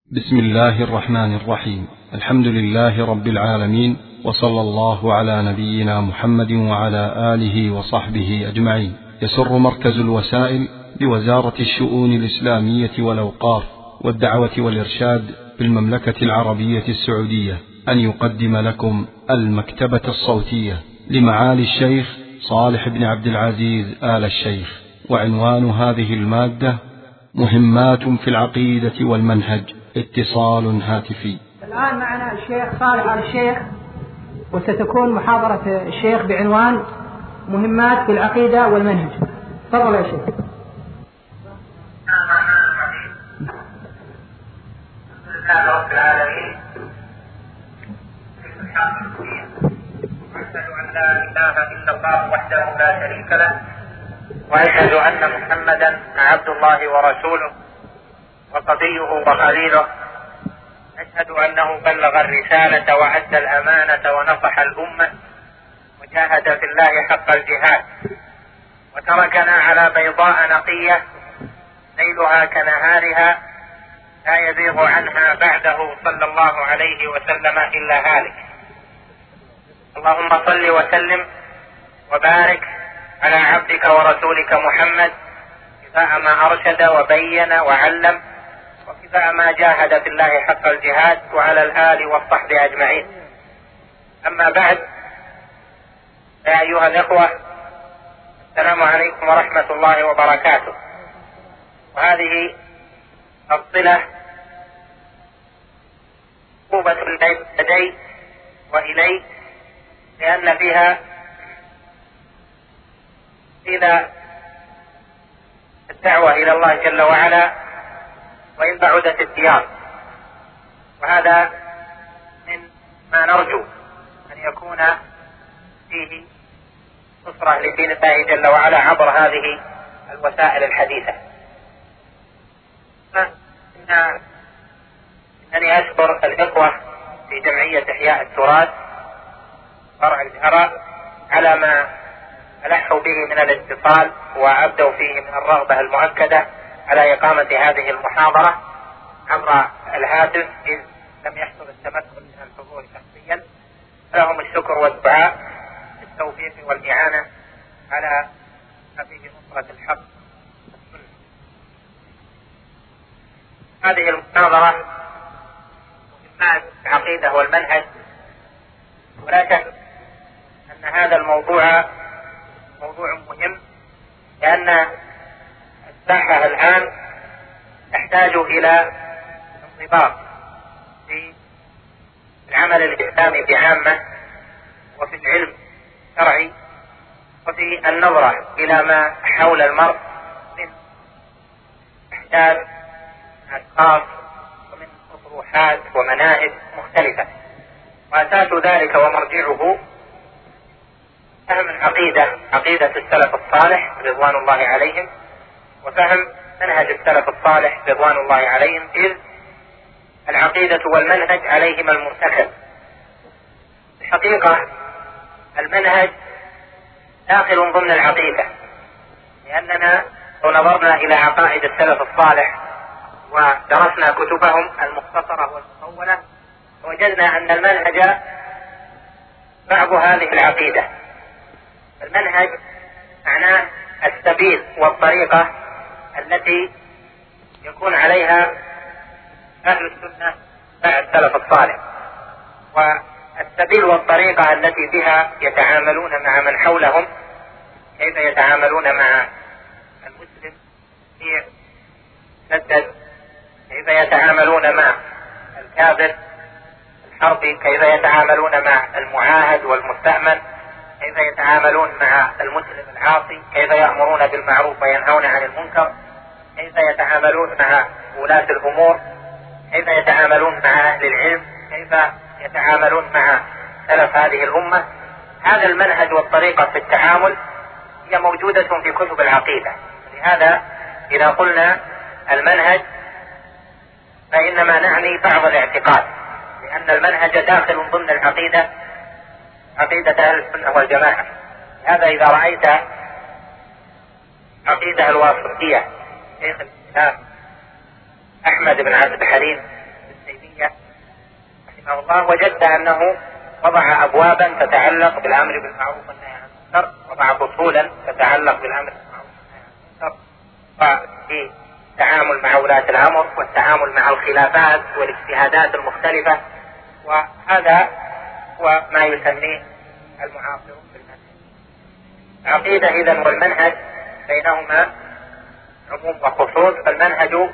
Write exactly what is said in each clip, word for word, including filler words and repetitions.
بسم الله الرحمن الرحيم. الحمد لله رب العالمين، وصلى الله على نبينا محمد وعلى آله وصحبه أجمعين. يسر مركز الوسائل بوزارة الشؤون الإسلامية والأوقاف والدعوة والإرشاد بالمملكة العربية السعودية أن يقدم لكم المكتبة الصوتية لمعالي الشيخ صالح بن عبد العزيز آل الشيخ، وعنوان هذه المادة مهمات في العقيدة والمنهج، اتصال هاتفي. الآن معنا الشيخ صالح آل الشيخ، وستكون محاضرة الشيخ بعنوان مهمات في العقيدة والمنهج. تفضل يا شيخ. الحمد لله رب العالمين، وأشهد أن لا إله إلا الله وحده لا شريك له، وأشهد أن محمدا عبد الله ورسوله وصفيه وخليله. أشهد أنه بلغ الرسالة وأدى الأمانة ونصح الأمة وجاهد في الله حق الجهاد، وتركنا على بيضاء نقية ليلها كنهارها لا يزيغ عنها بعده صلى الله عليه وسلم إلا هالك. اللهم صل وسلم وبارك على عبدك ورسولك محمد، كفاء ما أرشد وبين وعلم، وكفاء ما جاهد في الله حق الجهاد، وعلى الآل والصحب أجمعين. أما بعد، يا أيها الإخوة، السلام عليكم ورحمة الله وبركاته. وهذه الصلة مطلوبة لدي وإلي، لأن فيها إلى الدعوة إلى الله جل وعلا وإن بعدت الديار، وهذا من ما نرجو أن يكون فيه نصرة لدين الله جل وعلا عبر هذه الوسائل الحديثة. إن إنني أشكر الإخوة في جمعية إحياء التراث فرع الزهراء على ما ألحوا به من الاتصال وأبدوا فيه من الرغبة المؤكدة على إقامة هذه المحاضرة عبر الهاتف، إذ لم يحصل التمكن من الحضور شخصيا. لهم الشكر والدعاء بالتوفيق والإعانة على هذه نصرة الحق والسنة. هذه المحاضرة مهمات العقيدة والمنهج، ولا شك أن هذا الموضوع موضوع مهم، لأن الساحة الآن تحتاج إلى انضباط في العمل الإسلامي بعامة، وفي العلم الشرعي، وفي النظرة إلى ما حول المرء من أحداث أشخاص ومن أطروحات ومناهج مختلفة. وأساس ذلك ومرجعه فهم العقيدة، عقيدة السلف الصالح رضوان الله عليهم، وفهم منهج السلف الصالح رضوان الله عليهم، إذ العقيدة والمنهج عليهما المرتكز. الحقيقة المنهج داخل ضمن العقيدة، لأننا لو نظرنا إلى عقائد السلف الصالح ودرسنا كتبهم المختصرة والمطولة وجدنا أن المنهج بعض هذه العقيدة. المنهج معناه السبيل والطريقة التي يكون عليها أهل السنة مع السلف الصالح، والسبيل والطريقة التي بها يتعاملون مع من حولهم، كيف يتعاملون مع المسلم في مسدد، كيف يتعاملون مع الكافر الحربي، كيف يتعاملون مع المعاهد والمستأمن، كيف يتعاملون مع المسلم العاصي، كيف يأمرون بالمعروف وينهون عن المنكر، كيف يتعاملون مع ولاة الأمور، كيف يتعاملون مع أهل العلم، كيف يتعاملون مع سلف هذه الأمة. هذا المنهج والطريقة في التعامل هي موجودة في كتب العقيدة. لهذا إذا قلنا المنهج فإنما نعني بعض الاعتقاد، لأن المنهج داخل ضمن العقيدة، عقيدة أهل السنة والجماعة. هذا إذا رأيت عقيدة الواسطية شيخ الإسلام أحمد بن عبد الحليم رحمه الله وجدت أنه وضع أبوابا تتعلق بالأمر بالمعروف والنهي عن المنكر، وضع فصولا تتعلق بالأمر بالمعروف والنهي عن المنكر، وفي التعامل مع ولاة الأمر والتعامل مع الخلافات والاجتهادات المختلفة، وهذا هو ما يسميه المعاصرون بالمنهج. العقيدة إذن والمنهج بينهما عموم وخصوص، فالمنهج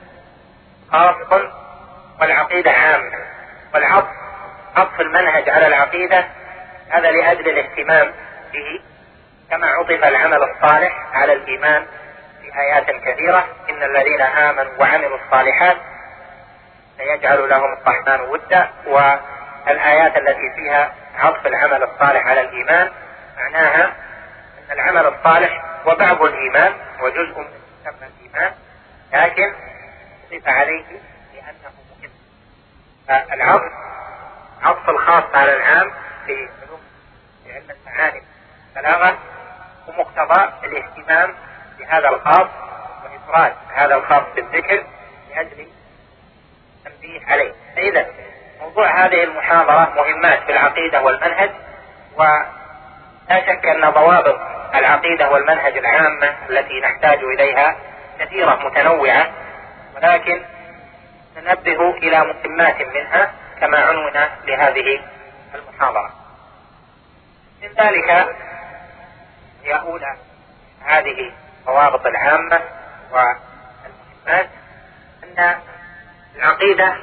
خاص والعقيدة عامة، والعطف عطف المنهج على العقيدة هذا لأجل الاهتمام به، كما عطف العمل الصالح على الإيمان في آيات كثيرة: إن الذين آمنوا وعملوا الصالحات سيجعل لهم الرحمن ودا. والآيات التي فيها عطف العمل الصالح على الإيمان معناها أن العمل الصالح هو بعض الإيمان وجزء من مسمى الإيمان، لكن صف عليه لأنه مهم. فالعطف عطف الخاص على العام في علوم في علم المعاني والبلاغة، ومقتضى الاهتمام بهذا الخاص وإفراد هذا الخاص بالذكر لأجل التنبيه عليه. فإذا موضوع هذه المحاضرة مهمات في العقيدة والمنهج، ولا شك أن ضوابط العقيدة والمنهج العامة التي نحتاج إليها كثيرة متنوعة، ولكن ننبه إلى مهمات منها كما عنون لهذه المحاضرة. من ذلك هي أولى هذه الضوابط العامة والمهمات أن العقيدة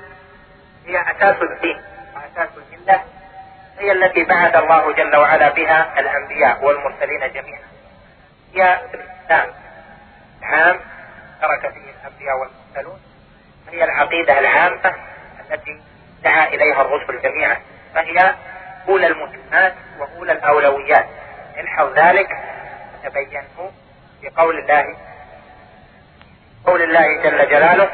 هي أساس الدين وأساس الملة، هي التي بعث الله جل وعلا بها الأنبياء والمرسلين جميعا. هي الإسلام العام ترك فيه الأنبياء والمرسلون، هي العقيدة العامة التي دعا إليها الرسل جميعا، فهي أولى المهمات وأولى الأولويات. الحظ ذلك تبينه في قول الله قول الله جل جلاله: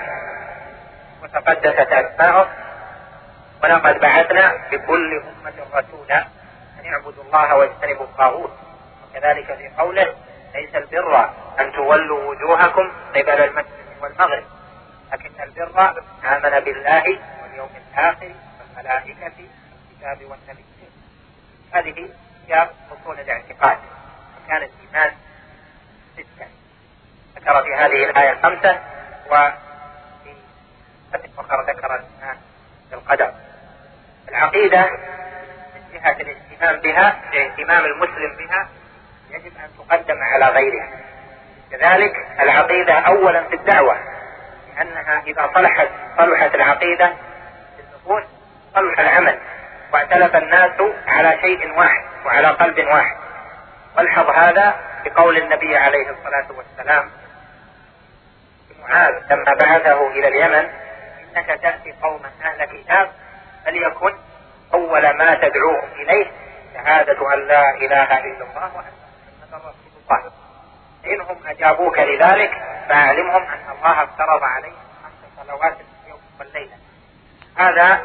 وتقدست أسماؤه ولقد بعثنا في كل أمة رسولا أن يعبدوا الله واجتنبوا الطاغوت. وكذلك في قوله: ليس البر أن تولوا وجوهكم قبل المشرق والمغرب لكن البر آمن بالله واليوم الآخر والملائكة والكتاب والنبيين. هذه هي أصول الاعتقاد. وكان الإيمان ستة، ذكر في هذه الآية خمسة، وفي أخرى ذكر الإيمان بالقدر. العقيدة من جهة الاهتمام بها، الاهتمام المسلم بها، يجب أن تقدم على غيرها. كذلك العقيدة أولا في الدعوة، لأنها إذا صلحت صلحت العقيدة في النفوس صلح العمل، واعتلف الناس على شيء واحد وعلى قلب واحد. والحظ هذا بقول النبي عليه الصلاة والسلام معاذ لما بعثه إلى اليمن: إنك تأتي قوما أهل كتاب فليكن أول ما تدعوهم إليه شهادة أن لا إله إلا الله وأن محمدا رسول الله، إنهم أجابوك لذلك فأعلمهم أن الله افترض عليهم خمس صلوات في اليوم والليلة. هذا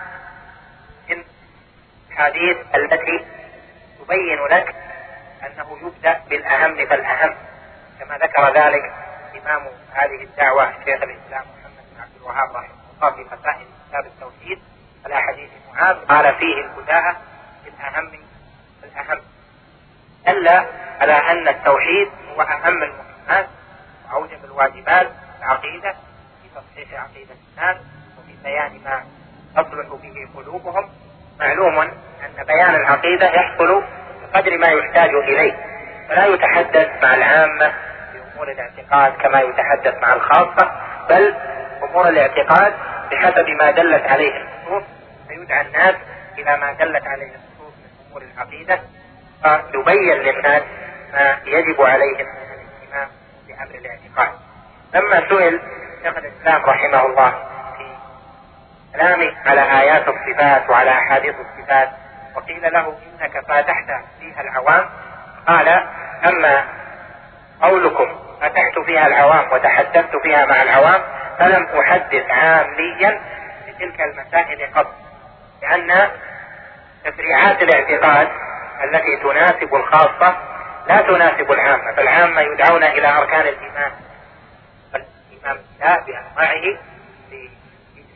من الحديث التي تبين لك أنه يبدأ بالأهم فالأهم، كما ذكر ذلك إمام هذه الدعوة شيخ الإسلام محمد بن عبد الوهاب رحمه الله في مسائل كتاب التوحيد على حديث معاذ، قال فيه البداءة بالأهم فالأهم، دل على أن التوحيد هو أهم المهمات وأوجب الواجبات العقيدة في تصحيح عقيدة الناس وفي بيان ما تصلح به قلوبهم. معلوم أن بيان العقيدة يحصل بقدر ما يحتاج إليه، فلا يتحدث مع العامة في أمور الاعتقاد كما يتحدث مع الخاصة، بل أمور الاعتقاد بحسب ما دلت عليه النصوص، فيدعى الناس إلى ما دلت عليه النصوص من أمور العقيدة، فيبين للناس ما يجب عليهم من الاهتمام بأمر الاعتقاد. لما سئل شيخ الإسلام رحمه الله في كلامه على آيات الصفات وعلى أحاديث الصفات وقيل له إنك فاتحت فيها العوام، قال: أما قولكم فتحت فيها العوام وتحدثت فيها مع العوام فلم أحدث عاميا بتلك المسائل قط، لأن تفريعات الاعتقاد التي تناسب الخاصة لا تناسب العامة، فالعامة يدعون إلى أركان الإيمان والإيمان بالله بأنواعه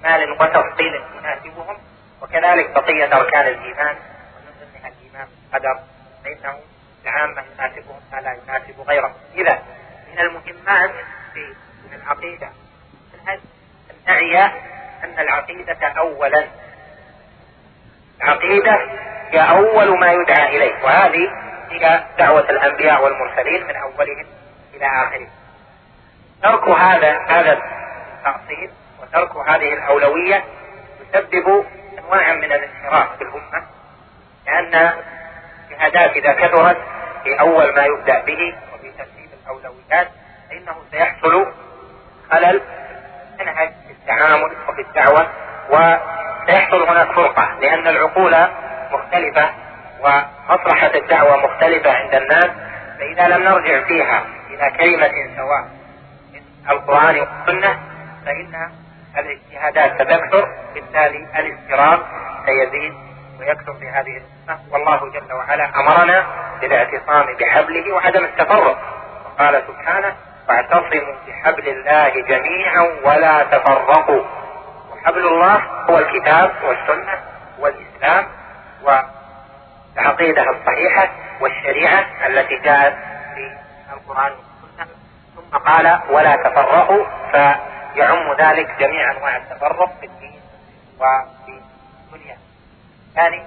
إجمال وتفصيل يناسبهم، وكذلك بقية أركان الإيمان ومن ضمنها الإيمان بالقدر، فإنه العامة يناسبهم ما لا يناسب غيره. إذا من المهمات في العقيدة أن نعي أن العقيدة أولا، العقيدة هي أول ما يدعى إليه، وهذه هي دعوة الأنبياء والمرسلين من أولهم إلى آخرهم. ترك هذا هذا التأصيل وترك هذه الأولوية يسبب أنواعا من الانحراف في الأمة، لأن الشهادات إذا كثرت في أول ما يبدأ به وفي ترتيب الأولويات فإنه سيحصل خلل منهج التعامل وفي الدعوة، وسيحصل هناك فرقة، لأن العقول مختلفة ومصلحة الدعوة مختلفة عند الناس. فإذا لم نرجع فيها إلى كلمة سواء من القرآن والسنة فإن الاجتهادات ستكثر، بالتالي الافتراق سيزيد ويكثر في هذه الأمة. والله جل وعلا أمرنا بالاعتصام بحبله وعدم التفرق، وقال سبحانه: واعتصموا بحبل الله جميعا ولا تفرقوا. وحبل الله هو الكتاب والسنة والإسلام والعقيدة الصحيحة والشريعة التي جاءت في القرآن والسنة. ثم قال: ولا تفرقوا، فيعم ذلك جميع أنواع التفرق في الدين وفي الدنيا. يعني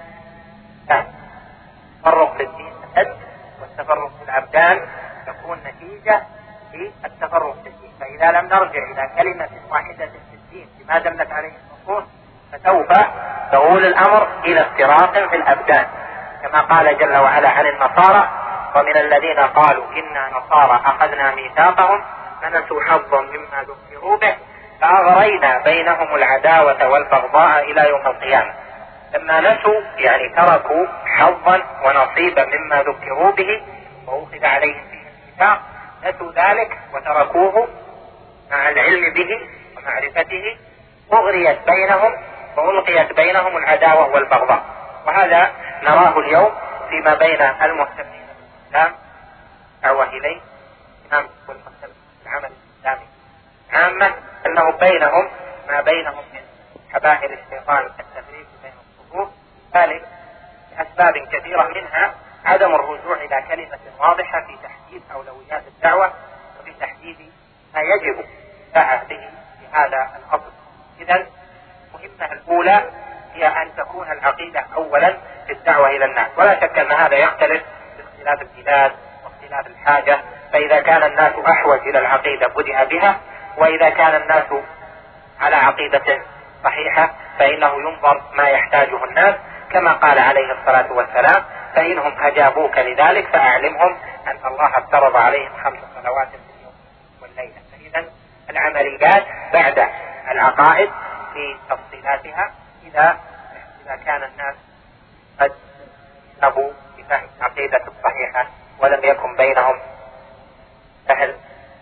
التفرق في الدين أشد، والتفرق في الأبدان تكون نتيجة في التفرق في الدين. فإذا لم نرجع إلى كلمة واحدة في الدين بما دلت عليه النصوص فسوف تؤول الأمر إلى افتراق في الأبدان، كما قال جل وعلا عن النصارى: ومن الذين قالوا إنا نصارى أخذنا ميثاقهم فنسوا حظا مما ذكروا به فأغرينا بينهم العداوة والبغضاء إلى يوم القيامة. لما نسوا يعني تركوا حظا ونصيبا مما ذكروا به وأخذ عليهم فيه الميثاق، نسوا ذلك وتركوه مع العلم به ومعرفته، أغريت بينهم وألقيت بينهم العداوة والبغضاء. وهذا نراه اليوم فيما بين المهتمين بالإسلام دعوة إليه والمهتمين بالعمل الإسلامي عامة، أنه بينهم ما بينهم من حبائل الشيطان التفريق بين الصفوف، ذلك لأسباب كثيرة، منها عدم الرجوع إلى كلمة واضحة في تحديد أولويات الدعوة وفي تحديد ما يجب السعي به في هذا الأصل. إذن المهمة الأولى هي أن تكون العقيدة أولا في الدعوة إلى الناس، ولا شك أن هذا يختلف باختلاف البلاد واختلاف الحاجة. فإذا كان الناس أحوج إلى العقيدة بدأ بها، وإذا كان الناس على عقيدة صحيحة فإنه ينظر ما يحتاجه الناس، كما قال عليه الصلاة والسلام: فإنهم أجابوك لذلك فأعلمهم أن الله افترض عليهم خمس صلوات في اليوم والليلة. فإذا العمليات بعد العقائد في تفصيلاتها، إذا إذا كان الناس قد نبوا بفهم العقيدة الصحيحة ولم يكن بينهم سهل.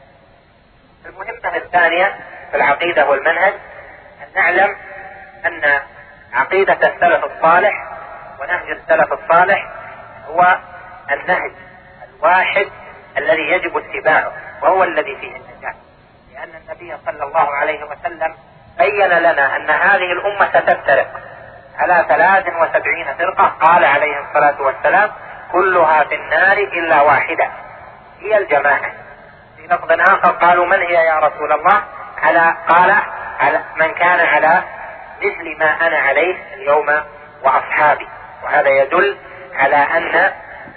المهمة الثانية في العقيدة والمنهج أن نعلم أن عقيدة السلف الصالح ونهج السلف الصالح هو النهج الواحد الذي يجب اتباعه، وهو الذي فيه النجاة، لأن النبي صلى الله عليه وسلم بين لنا أن هذه الأمة ستفترق على ثلاث وسبعين فرقة، قال عليه الصلاة والسلام: كلها في النار إلا واحدة هي الجماعة. في لفظ آخر قالوا: من هي يا رسول الله؟ على قال: على من كان على مثل ما أنا عليه اليوم وأصحابي. وهذا يدل على أن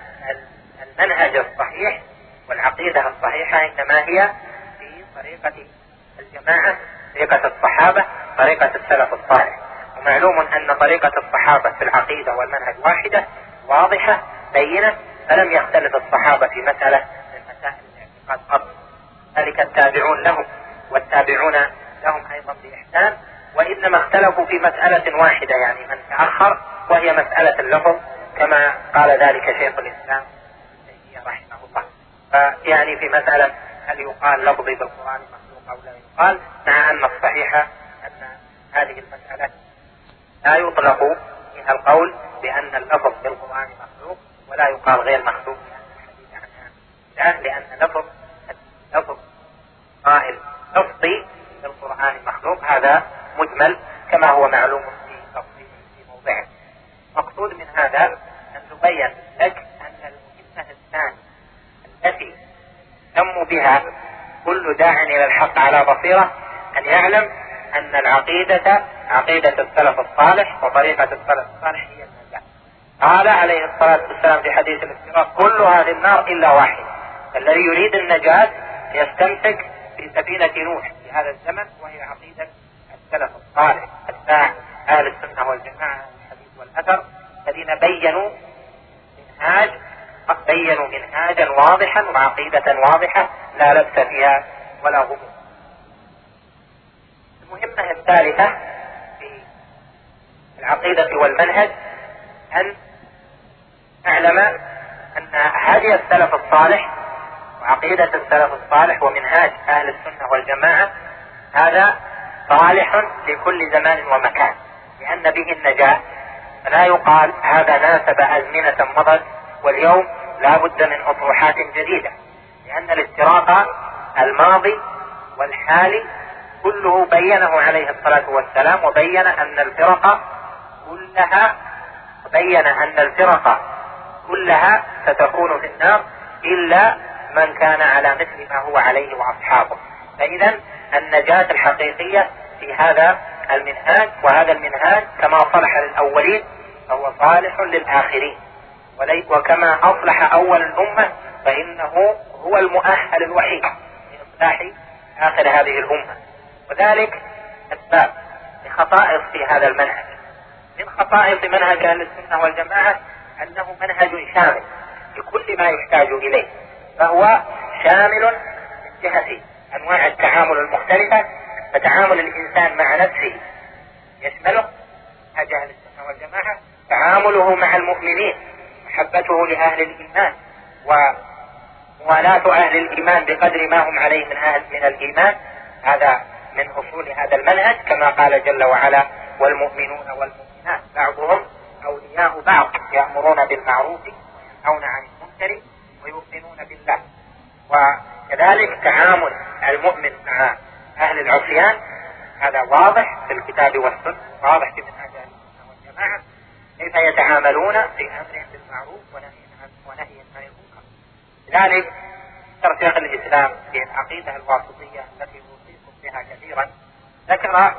المنهج الصحيح والعقيدة الصحيحة إنما هي في طريقة الجماعة، طريقة الصحابة، طريقة السلف الصالح. ومعلوم أن طريقة الصحابة في العقيدة والمنهج واحدة واضحة بينة، فلم يختلف الصحابة في مسألة من مسائل الاعتقاد قط، ذلك التابعون لهم والتابعون لهم أيضا بإحسان، وإنما اختلفوا في مسألة واحدة يعني من تأخر، وهي مسألة اللفظ، كما قال ذلك شيخ الإسلام رحمه الله. فيعني في مسألة هل يقال لفظي بالقرآن مخلوق أو لا يقال، مع أن الصحيح أن هذه المسألة لا يطلق فيها القول بأن اللفظ بالقرآن مخلوق، ولا يقال غير مخلوق لأن الحديث عنها، لأن لفظ لفظ قائل لفظي بالقرآن مخلوق هذا مجمل كما هو معلوم في تفصيل في موضعه. مقصود من هذا أن تبين لك أن المهمة الثانية التي تم بها كل داع إلى الحق على بصيرة أن يعلم أن العقيدة عقيدة السلف الصالح وطريقة السلف الصالح هي النجاة. قال عليه الصلاة والسلام في حديث الافتراق: كل هذه النار إلا واحد. الذي يريد النجاة يستمسك في سفينة نوح في هذا الزمن، وهي عقيدة السلف الصالح أتباع أهل السنة والجماعة الحديث والأثر، الذين بينوا منهاج بينوا منهاجا واضحا وعقيدة واضحة لا لبس فيها ولا غموض. المهمة الثالثة في العقيدة والمنهج أن نعلم أن هدي السلف الصالح وعقيدة السلف الصالح ومنهاج أهل السنة والجماعة هذا صالح لكل زمان ومكان، لأن به النجاة. فلا يقال هذا ناسب أزمنة مضت واليوم لا بد من أطروحات جديدة، لأن الافتراق الماضي والحالي كله بينه عليه الصلاة والسلام، وبين أن الفرق كلها بين أن الفرق كلها ستكون في النار إلا من كان على مثل ما هو عليه وأصحابه. فإذا النجاة الحقيقية في هذا المنهاج، وهذا المنهاج كما صلح للأولين فهو صالح للآخرين، وكما أصلح أول الأمة فإنه هو المؤهل الوحيد لإصلاح آخر هذه الأمة. وذلك أسباب لخصائص في هذا المنهج. من خصائص منهج أهل السنة والجماعة أنه منهج شامل لكل ما يحتاج إليه، فهو شامل من جهة أنواع التعامل المختلفة. فتعامل الإنسان مع نفسه يشمله منهج أهل السنة والجماعة، تعامله مع المؤمنين، محبته لأهل الإيمان وموالاة أهل الإيمان بقدر ما هم عليه من أهل من الإيمان، هذا من أصول هذا المنهج، كما قال جل وعلا: والمؤمنون والمؤمنات بعضهم أولياء بعض يأمرون بالمعروف وينهون عن المنكر ويؤمنون بالله. وكذلك تعامل المؤمن مع أهل العصيان هذا واضح في الكتاب والسنة، واضح في منهج أهل السنة والجماعة، كيف يتعاملون في أمرهم بالمعروف ونهي عن المنكر. لذلك ذكر شيخ الإسلام في العقيدة الواسطية التي أوصيكم بها كثيرا، ذكر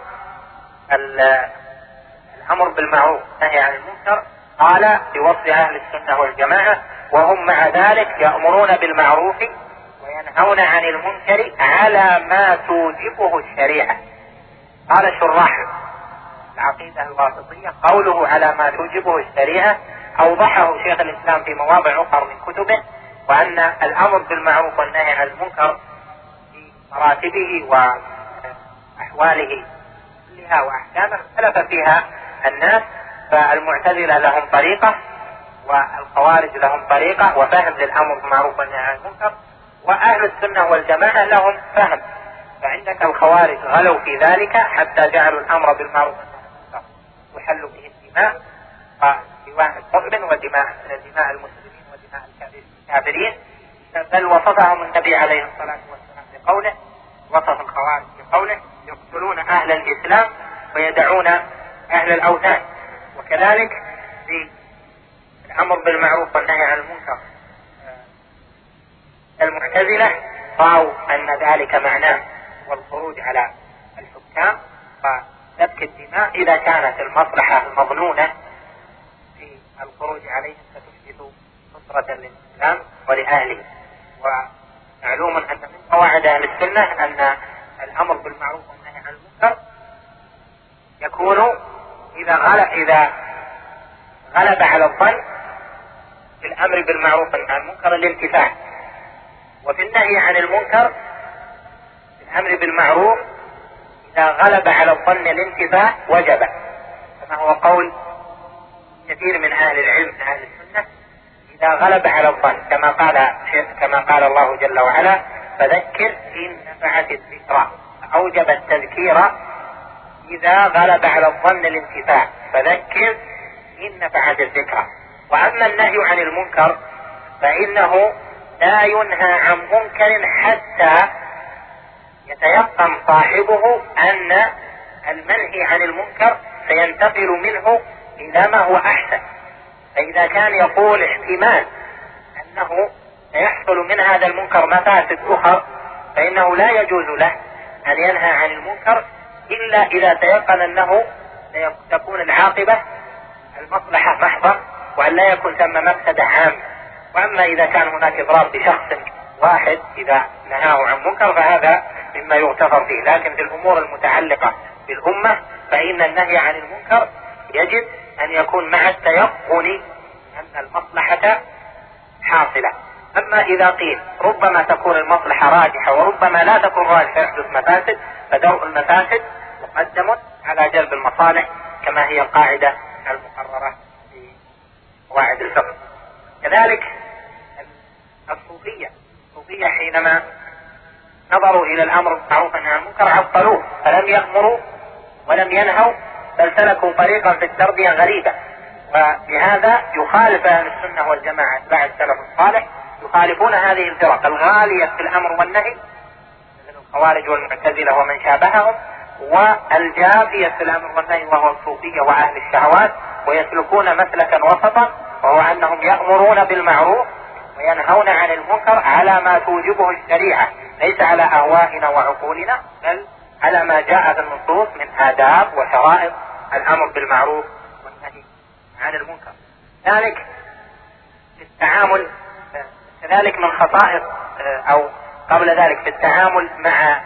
الأمر بالمعروف والنهي عن المنكر، قال بوصف أهل السنة والجماعة: وهم مع ذلك يأمرون بالمعروف وينهون عن المنكر على ما توجبه الشريعة. قال شراح العقيدة الواسطية: قوله على ما توجبه الشريعة أوضحه شيخ الإسلام في مواضع أخرى من كتبه، وأن الأمر بالمعروف والنهي عن المنكر في مراتبه وأحواله كلها وأحكامه اختلف فيها الناس، فالمعتزلة لهم طريقة والخوارج لهم طريقة وفهم للأمر بالمعروف والنهي عن المنكر، وأهل السنة والجماعة لهم فهم. فعندك الخوارج غلوا في ذلك حتى جعلوا الأمر بالمعروف والنهي عن المنكر يحل به الدماء، دماء المؤمن ودماء دماء المسلمين ودماء الكافرين، بل وصفهم النبي عليه الصلاة والسلام بقوله، وصف الخوارج بقوله: يقتلون أهل الإسلام ويدعون أهل الأوثان. وكذلك في الأمر بالمعروف والنهي عن المنكر المعتزلة رأوا أن ذلك معناه والخروج على الحكام وسفك الدماء إذا كانت المصلحة المظنونة في الخروج عليهم ستحدث نصرة للإسلام ولأهله. ومعلوم أن من قواعد أهل السنة أن الأمر بالمعروف والنهي عن المنكر يكون إذا غلب إذا غلب على الظن في الأمر بالمعروف والنهي عن المنكر الانتفاع، وفي النهي عن المنكر في الأمر بالمعروف إذا غلب على الظن الانتفاع وجب، كما هو قول كثير من أهل العلم من أهل السنة: إذا غلب على الظن، كما قال كما قال الله جل وعلا: فذكر إن نفعت الذكرى. أوجب التذكير إذا غلب على الظن الانتفاع، فذكر إن نفعت الذكرى. وأما النهي عن المنكر فإنه لا ينهى عن منكر حتى يتيقن صاحبه أن المنهي عن المنكر سينتقل منه إلى ما هو أحسن. فإذا كان يقول احتمال أنه سيحصل من هذا المنكر مفاسد أخرى، فإنه لا يجوز له أن ينهى عن المنكر إلا إذا تيقن أنه تكون العاقبة المصلحة محضة وأن لا يكون ثم مفسدة عامة. وأما إذا كان هناك إضرار بشخص واحد إذا نهاه عن منكر فهذا مما يغتفر فيه. لكن في الأمور المتعلقة بالأمة فإن النهي عن المنكر يجب أن يكون مع التيقن أن المصلحة حاصلة. أما إذا قيل ربما تكون المصلحة راجحة وربما لا تكون راجحة يحدث مفاسد، فدرء المفاسد مقدم على جلب المصالح كما هي القاعدة المقررة في قواعد الفقه. كذلك الصوفية الصوفية حينما نظروا إلى الأمر بالمعروف والنهي عن المنكر عطلوه، فلم يأمروا ولم ينهوا، بل سلكوا طريقا في التربية غريبة. وبهذا يخالف أهل السنة والجماعة بعد السلف الصالح، يخالفون هذه الفرق الغالية في الأمر والنهي مثل الخوارج والمعتزلة ومن شابههم، والجافية في الأمر والنهي وهو الصوفية وأهل الشهوات، ويسلكون مسلكا وسطا وهو أنهم يأمرون بالمعروف وينهون عن المنكر على ما توجبه الشريعة، ليس على أهوائنا وعقولنا، بل على ما جاء في النصوص من آداب وشرائط الأمر بالمعروف والنهي عن المنكر. ذلك في التعامل، كذلك من خصائص أو قبل ذلك في التعامل مع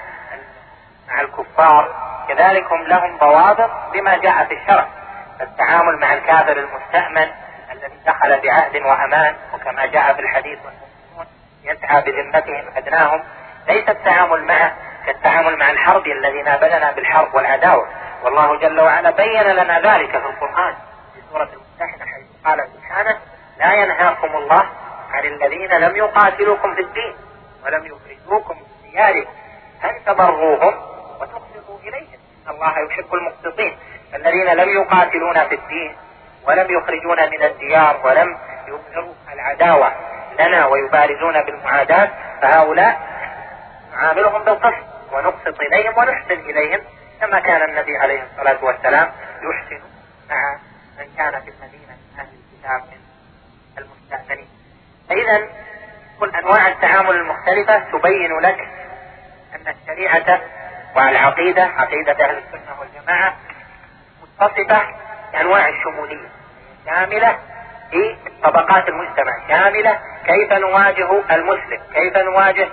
مع الكفار، كذلك هم لهم ضوابط بما جاء في الشرع. التعامل مع الكافر المستأمن الذي دخل بعهد وأمان، وكما جاء في الحديث والمسلمون يسعى بذمتهم أدناهم، ليس التعامل معه كالتعامل مع الحرب الذي نابلنا بالحرب والعداوة. والله جل وعلا بين لنا ذلك في القرآن في سورة الممتحنة حيث قال سبحانه: لا ينهاكم الله عن الذين لم يقاتلوكم في الدين ولم يخرجوكم من دياركم أن تبروهم وتقسطوا إليهم إن الله يحب المقسطين. الذين لم يقاتلونا في الدين ولم يخرجونا من الديار ولم يظهروا العداوة لنا ويبارزون بالمعاداة، فهؤلاء نعاملهم بالقسط ونقسط إليهم ونحسن إليهم كما كان النبي عليه الصلاة والسلام يحسن مع من كان في المدينة من أهل الكتاب من المستأمنين. فإذا كل أنواع التعامل المختلفة تبين لك أن الشريعة والعقيدة عقيدة أهل السنة والجماعة متصفة بأنواع الشمولية شاملة في طبقات المجتمع، شاملة كيف نواجه المسلم، كيف نواجه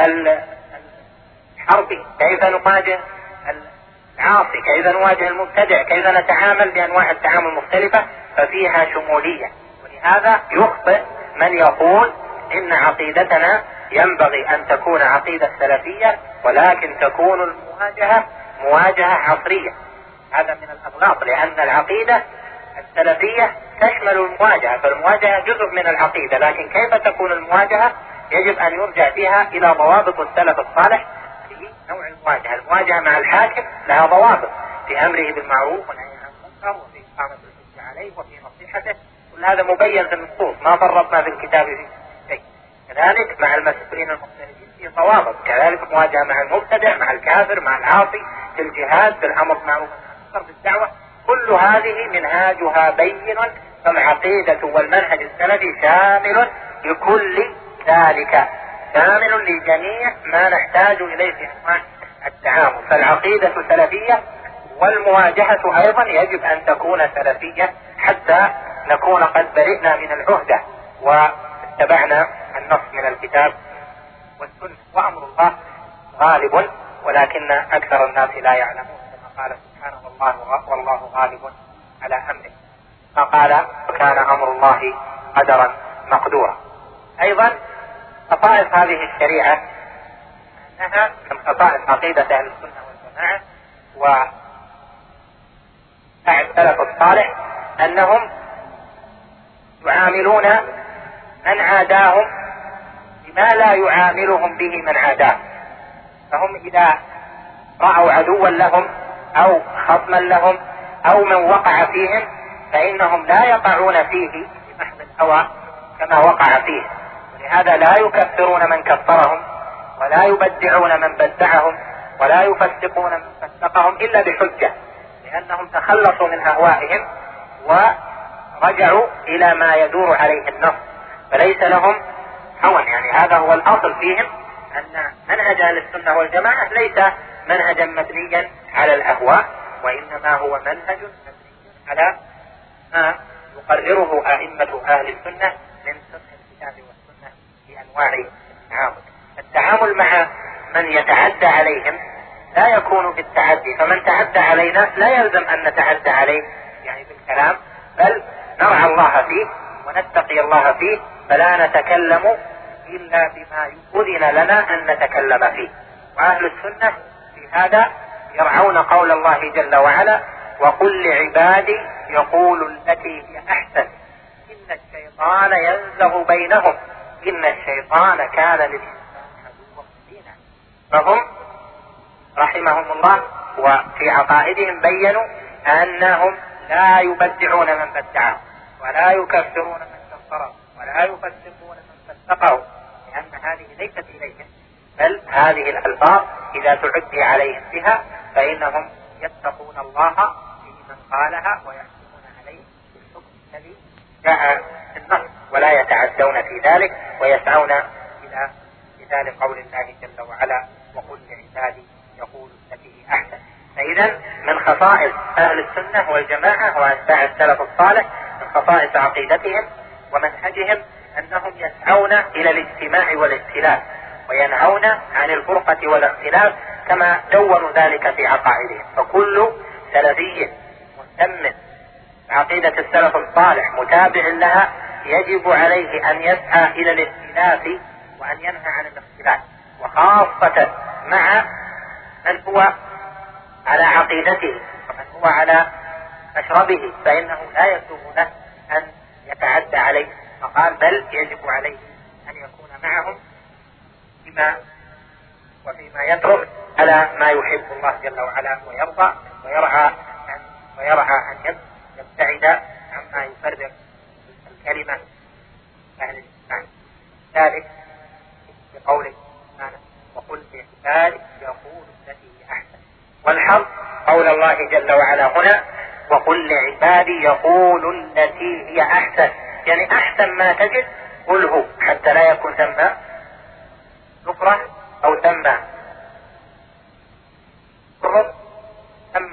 الحربي، كيف نواجه العاصي، كيف نواجه المبتدع، كيف نتعامل بأنواع التعامل المختلفة، ففيها شمولية. ولهذا يخطئ من يقول إن عقيدتنا ينبغي أن تكون عقيدة سلفية ولكن تكون المواجهة مواجهة عصرية. هذا من الأغلاط، لأن العقيدة السلفية تشمل المواجهة، فالمواجهة جزء من العقيدة، لكن كيف تكون المواجهة يجب أن يرجع فيها إلى ضوابط السلف الصالح في نوع المواجهة. المواجهة مع الحاكم لها ضوابط في أمره بالمعروف والنهي عن المنكر وفي إقامة الحجة عليه وفي نصيحته، كل هذا مبين في النصوص، ما فرطنا في الكتاب في شيء. كذلك مع المسؤولين المختلفين في ضوابط، كذلك مواجهة مع المبتدع، مع الكافر، مع العاصي، في الجهاد، في الأمر بالمعروف والنهي في الدعوة، كل هذه منهاجها بين، فالعقيدة والمنهج السلفي شامل لكل ذلك، شامل لجميع ما نحتاج إليه في أنواع التعامل. فالعقيدة سلفية والمواجهة أيضا يجب أن تكون سلفية حتى نكون قد برئنا من العهدة واتبعنا النص من الكتاب والسنة. وأمر الله غالب ولكن أكثر الناس لا يعلمون، كما قال سبحانه: والله والله غالب على أمره. فقال: وكان أمر الله قدرا مقدورا. أيضا خصائص هذه الشريعة أنها من خصائص عقيدة أهل السنة والجماعة وبعد السلف الصالح أنهم يعاملون من عاداهم بما لا يعاملهم به من عاداه. فهم إذا رأوا عدوا لهم أو خصما لهم أو من وقع فيهم فإنهم لا يقعون فيه بمحض الهوى كما وقع فيه، ولهذا لا يكفرون من كفرهم ولا يبدعون من بدعهم ولا يفسقون من فسقهم إلا بحجة، لأنهم تخلصوا من أهوائهم ورجعوا إلى ما يدور عليه النص، فليس لهم هوى. يعني هذا هو الأصل فيهم، أن منهج أهل السنة والجماعة ليس منهجا مبنيا على الأهواء، وإنما هو منهج مبني على ما يقرره أئمة أهل السنة من فقه الكتاب والسنة بأنواع التعامل. التعامل مع من يتعدى عليهم لا يكون بالتعدي، فمن تعدى علينا لا يلزم أن نتعدى عليه يعني بالكلام، بل نرعى الله فيه ونتقي الله فيه، فلا نتكلم إلا بما أذن لنا أن نتكلم فيه. وأهل السنة في هذا يرعون قول الله جل وعلا: وقل لعبادي يقول التي هي أحسن إن الشيطان ينزغ بينهم إن الشيطان كان للإنسان عدوا مبينا. فهم رحمهم الله وفي عقائدهم بينوا أنهم لا يبدعون من بدعهم، ولا يكفرون من كفره، ولا يفسقون من فسقه، لأن هذه ليست إليهم، بل هذه الألفاظ إذا تعدي عليهم بها فإنهم يتقون الله في من قالها ويحكمون عليه بالحكم الذي جاء في النص، ولا يتعدون في ذلك ويسعون إلى مثال قول الله جل وعلا: وقل لعبادي يقول التي هي أحسن. فإذا من خصائص أهل السنة والجماعة وأتباع السلف الصالح، من خصائص عقيدتهم ومنهجهم، أنهم يسعون إلى الاجتماع والائتلاف، وينهون عن الفرقة والاختلاف كما دونوا ذلك في عقائدهم. فكل سلفي مهتم بعقيدة السلف الصالح متابع لها يجب عليه أن يسعى إلى الائتلاف وأن ينهى عن الاختلاف، وخاصة مع من هو على عقيدته ومن هو على مشربه، فإنه لا يسوغ له أن يتعدى عليه فقال، بل يجب عليه أن يكون معهم فيما وفيما يترك على ما يحب الله جل وعلا ويرضى، ويرعى أن ويرعى أن يبتعد عما يفرق الكلمة أهل الإسلام. ذلك بقوله سبحانه: وقل لعبادي يقول التي هي أحسن. والحظ قول الله جل وعلا هنا: وقل لعبادي يقول التي هي أحسن، يعني أحسن ما تجد قله، حتى لا يكون ثم نفرة أو ثم كرب ثم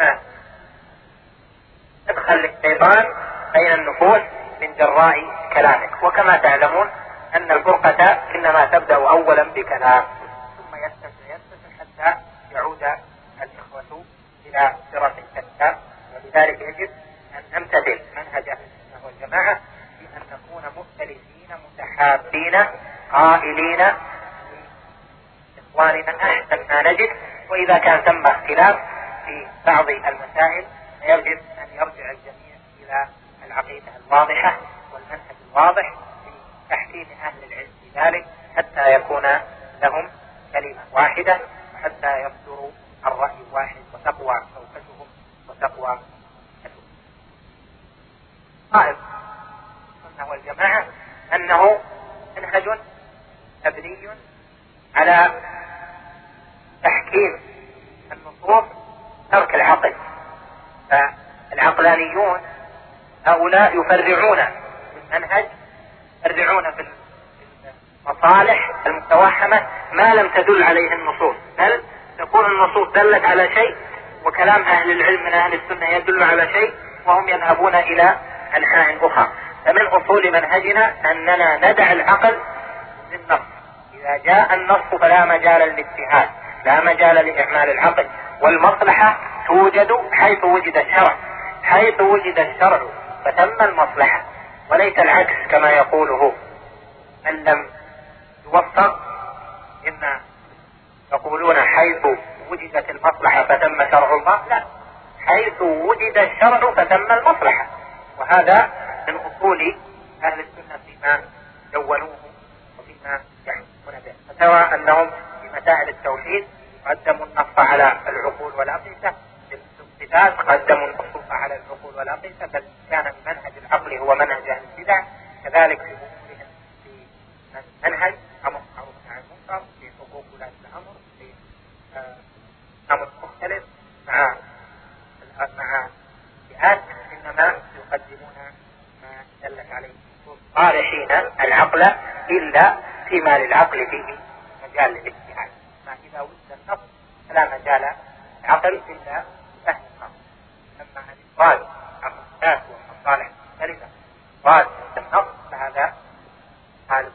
ادخل الشيطان بين النفوس من جراء كلامك. وكما تعلمون أن الفرقة إنما تبدأ أولا بكلام ثم يتسع يتسع حتى يعود الإخوة إلى صراط الكتاب. ولذلك يجب أن نمتثل منهج أهل السنة والجماعة بأن نكون مختلفين متحابين قائلين لإخواننا أحسن ما نجد، وإذا كان ثم اختلاف في بعض المسائل فيجب أن يرجع الجميع إلى العقيدة الواضحة والمنهج الواضح في تحكيم أهل العلم في ذلك، حتى يكون لهم كلمة واحدة وحتى يصدروا الرأي واحد وتقوى شوكتهم وتقوى كتبهم. قائد السنة والجماعة أنه منهج مبني على تحكيم النصوص ترك العقل. فالعقلانيون هؤلاء يفرعون المنهج، يفرعون في المصالح المتوهمة ما لم تدل عليه النصوص، بل تكون النصوص دلت على شيء وكلام أهل العلم من أهل السنة يدل على شيء وهم يذهبون إلى أنحاء أخرى. فمن أصول منهجنا أننا ندع العقل للنص، إذا جاء النص فلا مجال للاجتهاد، لا مجال لإعمال العقل، والمصلحة توجد حيث وجد الشرع، حيث وجد الشرع فتم المصلحة، وليس العكس كما يقوله من لم يوفق، إن يقولون حيث وجدت المصلحة فتم شرع الله، لا، حيث وجد الشرع فتم المصلحة. وهذا من أصول أهل السنة فيما دونوه وفيما يحكمون به. فسواء أنهم في مسائل التوحيد قدموا النص على العقول والأقيسة، في الصفات قدموا النصوص على العقول والأقيسة، بل كان المنهج العقلي هو منهج أهل البدع. كذلك في أمورهم في منهج أمر معروف عن المنكر، في حقوق ولاة الأمر، في الناس إنما يقدمون ما دلت عليه صالحين العقل إلا فيما للعقل فيه مجال للاجتهاد. ما إذا وجد النص فلا مجال العقل إلا فهم النص. أما أن يقال عقل الناس والمصالح المختلفة قال النص فهذا خالف.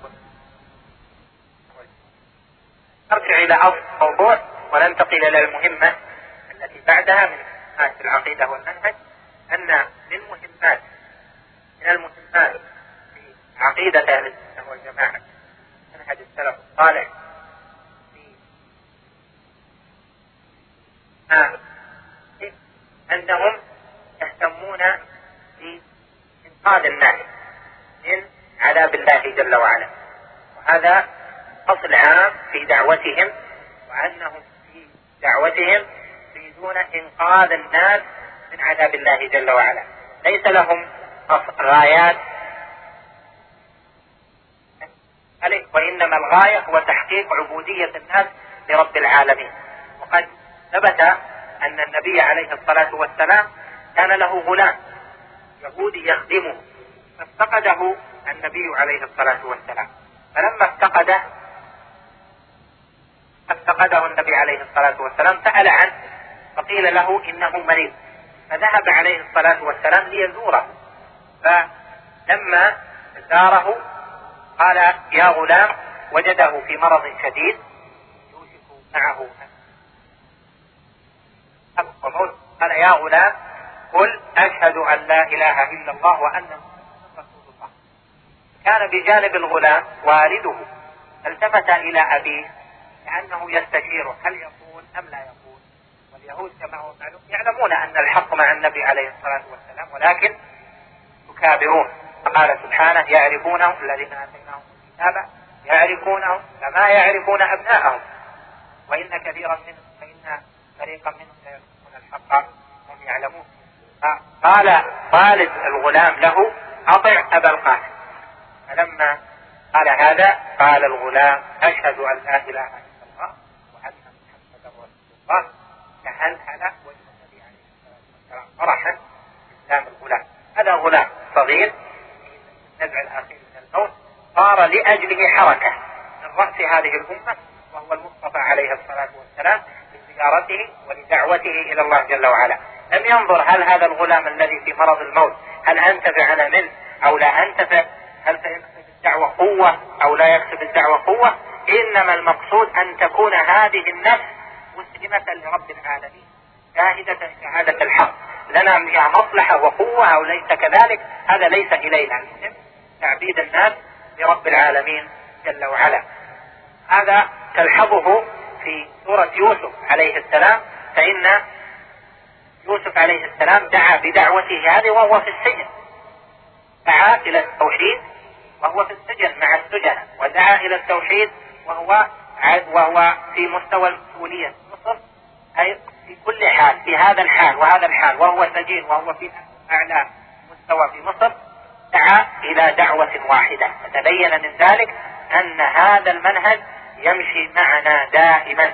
نرجع إلى أصل الموضوع وننتقل إلى المهمة التي بعدها من مهمات العقيدة والمنهج. أن من مهمات من المهمات في عقيدة أهل السنة والجماعة منهج السلف الصالح في أنهم يهتمون بإنقاذ الناس من عذاب الله جل وعلا، وهذا أصل عام في دعوتهم، وأنهم في دعوتهم يريدون إنقاذ الناس من عذاب الله جل وعلا. ليس لهم غايات، وإنما الغاية هو تحقيق عبودية الناس لرب العالمين. وقد ثبت أن النبي عليه الصلاة والسلام كان له غلام يهودي يخدمه، فافتقده النبي عليه الصلاة والسلام، فلما افتقده افتقده النبي عليه الصلاة والسلام سأل عنه، فقيل له إنه مريض، فذهب عليه الصلاة والسلام ليزوره، فلما زاره قال يا غلام، وجده في مرض شديد يوشك معه الموت، قال يا غلام قل أشهد أن لا إله إلا الله وأن محمدا رسول الله. كان بجانب الغلام والده، التفت إلى أبيه كأنه يستشيره هل يقول أم لا يقول، واليهود كما هو معلوم يعلمون أن الحق مع النبي عليه الصلاة والسلام ولكن يكابرون. فقال سبحانه يعرفونه الذين آتيناهم الكتاب يعرفونه كما يعرفون أبناءهم وإن كثيرا منهم فإن فريقا منهم لا يكتمون الحق هم يعلمون. قال والد الغلام له أطع أبا القاسم، فلما قال هذا قال الغلام أشهد أن لا إله إلا الله وأن محمدا رسول الله. تهلهل وجه النبي عليه الصلاة والسلام فرحا بإسلام الغلام. هذا غلام صغير في النزع الأخير من الموت صار لأجله حركة من رأس هذه الأمة، وهو المصطفى عليه الصلاة والسلام لزيارته ولدعوته إلى الله جل وعلا. لم ينظر هل هذا الغلام الذي في مرض الموت هل أنتفع أنا منه أو لا أنتفع، هل سيكسب الدعوة قوة أو لا يكسب الدعوة قوة، إنما المقصود أن تكون هذه النفس مسلمة لرب العالمين شاهدة شهادة الحق. لنا فيها مصلحة وقوة أو ليس كذلك، هذا ليس إلينا، المهم تعبيد الناس لرب العالمين جل وعلا. هذا تلحظه في سورة يوسف عليه السلام، فإن يوسف عليه السلام دعا بدعوته هذه وهو في السجن، دعا إلى التوحيد وهو في السجن مع السجنة، ودعا إلى التوحيد وهو وهو في مستوى المسؤولية مصر، أي في كل حال، في هذا الحال وهذا الحال، وهو سجين وهو في أعلى مستوى في مصر، دعا إلى دعوة واحدة. فتبين من ذلك أن هذا المنهج يمشي معنا دائما،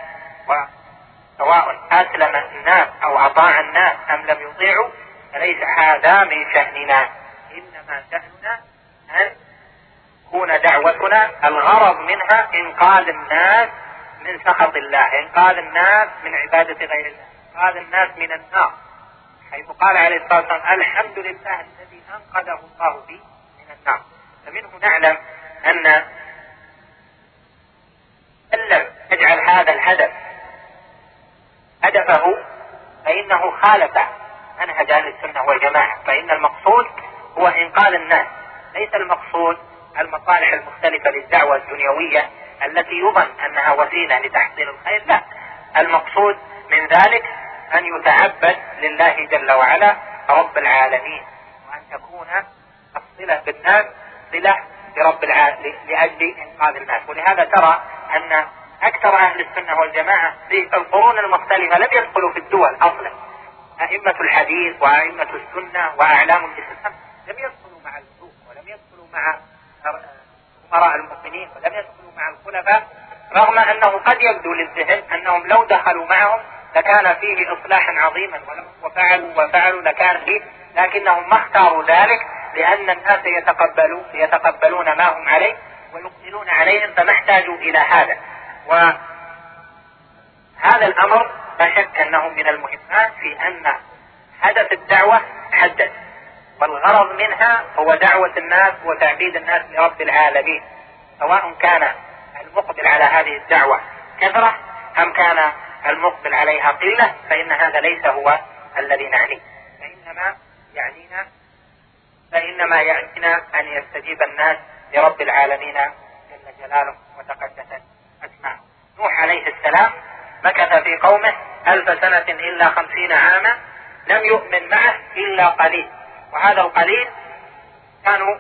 وسواء أسلم الناس أو أطاع الناس أم لم يطيعوا فليس هذا من شأننا، إنما شأننا أن تكون دعوتنا الغرض منها إنقاذ الناس من سخط الله، إنقاذ الناس من عبادة غير الله، إنقاذ الناس من النار، حيث قال عليه الصلاة والسلام الحمد لله الذي أنقذه الله بي من النار. فمنه نعلم أن من لم يجعل هذا الهدف هدفه فإنه خالف منهج أهل السنة والجماعة، فإن المقصود هو إنقاذ الناس، ليس المقصود المصالح المختلفة للدعوة الدنيوية التي يظن أنها وسيلة لتحصيل الخير، لا، المقصود من ذلك أن يتعبد لله جل وعلا رب العالمين، وأن تكون الصلة بالناس صلة لرب العالمين لأجل إنقاذ الناس. ولهذا ترى أن أكثر أهل السنة والجماعة في القرون المختلفة لم يدخلوا في الدول أصلا، أئمة الحديث وأئمة السنة وأعلام الإسلام لم يدخلوا مع الملوك ولم يدخلوا مع أمراء المؤمنين ولم يدخلوا مع الخلفاء، رغم أنه قد يبدو للذهن أنهم لو دخلوا معهم لكان فيه إصلاحا عظيما، وفعلوا وفعلوا لكان فيه لكنهم ما اختاروا ذلك لأن الناس يتقبلوا يتقبلون ما هم عليه ويقبلون عليهم، فما احتاجوا إلى هذا. وهذا الأمر لا شك أنه من المهمات في أن هدف الدعوة حدد، والغرض منها هو دعوة الناس وتعبيد الناس لرب العالمين، سواء كان المقبل على هذه الدعوة كثرة أم كان المقبل عليها قلة، فإن هذا ليس هو الذي نعنيه، فإنما يعنينا فإنما يعنينا أن يستجيب الناس لرب العالمين جل جلاله وتقدست أسماؤه. نوح عليه السلام مكث في قومه ألف سنة إلا خمسين عاما لم يؤمن معه إلا قليل، وهذا القليل كانوا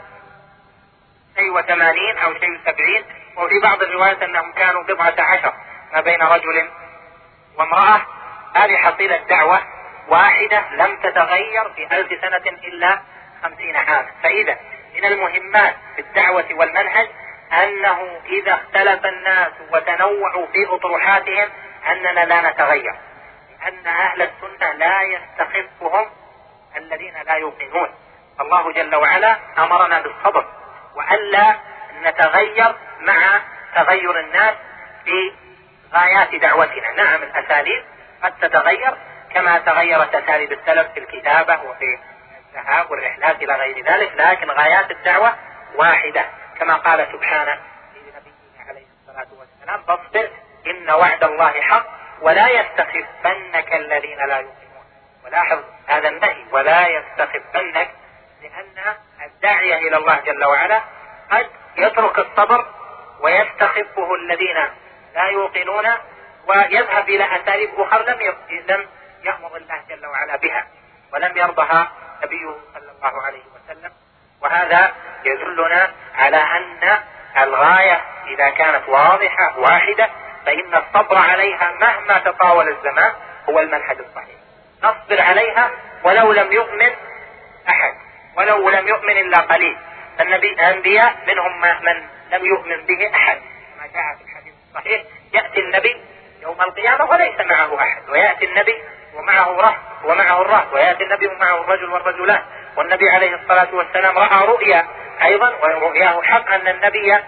شيء وثمانين أو شيء سبعين، وفي بعض الروايات أنهم كانوا بضعة عشر ما بين رجل وامرأة. هذه حصيلة دعوة واحدة لم تتغير في ألف سنة إلا خمسين عاما. فإذا من المهمات في الدعوة والمنهج أنه إذا اختلف الناس وتنوعوا في أطروحاتهم أننا لا نتغير، لأن أهل السنة لا يستخفهم الذين لا يوقنون. الله جل وعلا أمرنا بالصبر وألا نتغير مع تغير الناس في غايات دعوتنا. نعم الأساليب قد تتغير كما تغيرت أساليب السلف في الكتابة وفي الذهاب والرحلات إلى غير ذلك، لكن غايات الدعوة واحدة، كما قال سبحانه لنبيه عليه الصلاة والسلام: فاصبر إن وعد الله حق ولا يستخفنك الذين لا يؤمنون. ولاحظ هذا النهي: ولا يستخفنك، لأن الداعية إلى الله جل وعلا قد يترك الصبر ويستخفه الذين لا يوقنون ويذهب إلى أساليب أخرى لم لم يأمر الله جل وعلا بها ولم يرضها نبيه صلى الله عليه وسلم. وهذا يدلنا على أن الغاية إذا كانت واضحة واحدة فإن الصبر عليها مهما تطاول الزمان هو المنهج الصحيح. نصبر عليها ولو لم يؤمن أحد، ولو لم يؤمن إلا قليل. النبي الأنبياء منهم من لم يؤمن به أحد، ما جاء في الحديث الصحيح: يأتي النبي يوم القيامة وليس معه أحد، ويأتي النبي ومعه رهط ومعه الرهط، ويأتي النبي ومعه الرجل والرجلان. والنبي عليه الصلاة والسلام رأى رؤيا أيضا ورؤياه حق أن النبي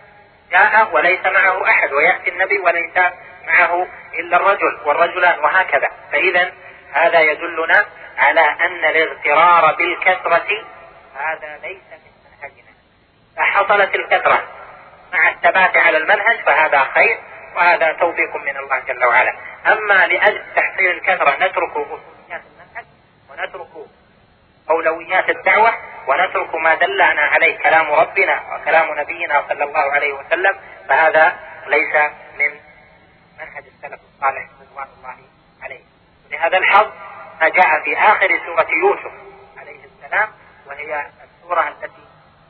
جاء وليس معه أحد، ويأتي النبي وليس معه إلا الرجل والرجلان، وهكذا. فإذا هذا يدلنا على أن الاغترار بالكثرة هذا ليس من منهجنا. فحصلت الكثرة مع الثبات على المنهج فهذا خير، وهذا توفيق من الله جل وعلا. أما لأجل تحصيل الكثرة نترك أصوليات المنهج ونترك أولويات الدعوة ونترك ما دلنا عليه كلام ربنا وكلام نبينا صلى الله عليه وسلم، فهذا ليس من منهج السلف الصالح رضوان الله عليه. لهذا الحظ ما جاء في آخر سورة يوسف عليه السلام، وهي السورة التي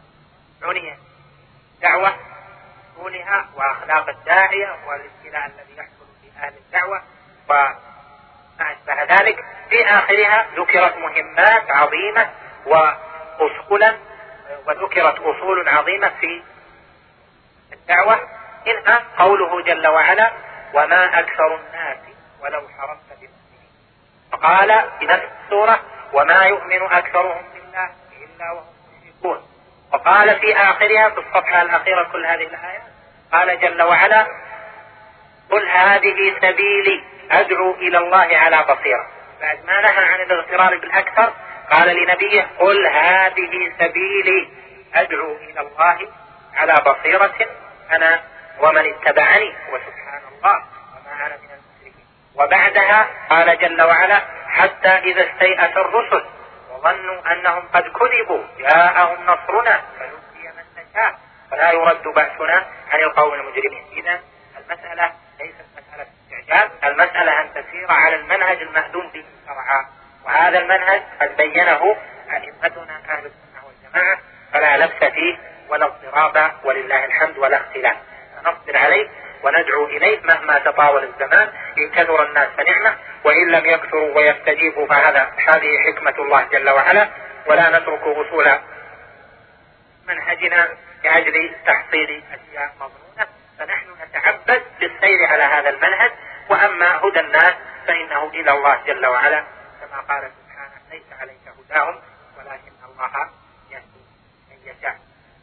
عني دعوة أصولها وأخلاق الداعية والابتلاء الذي يحصل في أهل الدعوة وما أشبه ذلك. في آخرها ذكرت مهمات عظيمة وأصولا، وذكرت أصول عظيمة في الدعوة، إنها قوله جل وعلا: وما أكثر الناس ولو حرصت بمؤمنين. فقال في نفس السورة: وما يؤمن أكثرهم بالله إلا وهم مشركون. وقال في آخرها في الصفحة الأخيرة كل هذه الآيات قال جل وعلا: قل هذه سبيلي أدعو إلى الله على بصيرة. بعد ما نهى عن الاغترار بالأكثر قال لنبيه: قل هذه سبيلي أدعو إلى الله على بصيرة أنا ومن اتبعني وسبحان الله وما أنا من المشركين. وبعدها قال جل وعلا: حتى إذا استيأس الرسل وظنوا أنهم قد كذبوا جاءهم نصرنا فنجي من نشاء فلا يرد بأسنا عن القوم المجرمين. إذا المسألة ليست مسألة استعجال، المسألة أن تسير على المنهج المأذون به شرعا، وهذا المنهج قد بينه أئمتنا أهل السنة والجماعة، فلا لبس فيه ولا اضطراب ولله الحمد ولا اختلاف. فنصبر عليه وندعو إليه مهما تطاول الزمان. إن كثر الناس فنعمة، وإن لم يكثروا ويستجيبوا فهذا هذه حكمة الله جل وعلا. ولا نترك أصول منهجنا لأجل تحصيل أشياء مظنونة، فنحن نتعبد بالسير على هذا المنهج. وأما هدى الناس فإنه إلى الله جل وعلا، كما قال سبحانه: ليس عليك هدى هداهم، ولكن الله يهدي من يشاء.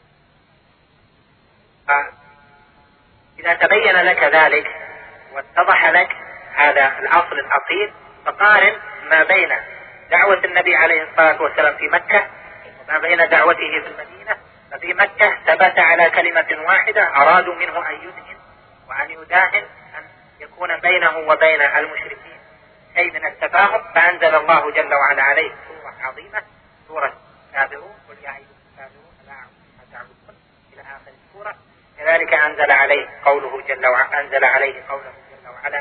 فإذا تبين لك ذلك واتضح لك هذا الأصل الأصيل، فقارن ما بين دعوة النبي عليه الصلاة والسلام في مكة وما بين دعوته في المدينة. ففي مكة ثبت على كلمة واحدة، أرادوا منه أن يدهن وأن يداهن، أن يكون بينه وبين المشركين شيء من التفاهم، فأنزل الله جل وعلا عليه سورة عظيمة، سورة الكافرون، قل يا أيها الكافرون لا أعبد ما تعبدون إلى آخر السورة. كذلك أنزل عليه قوله جل وعلا أنزل عليه قوله جل وعلا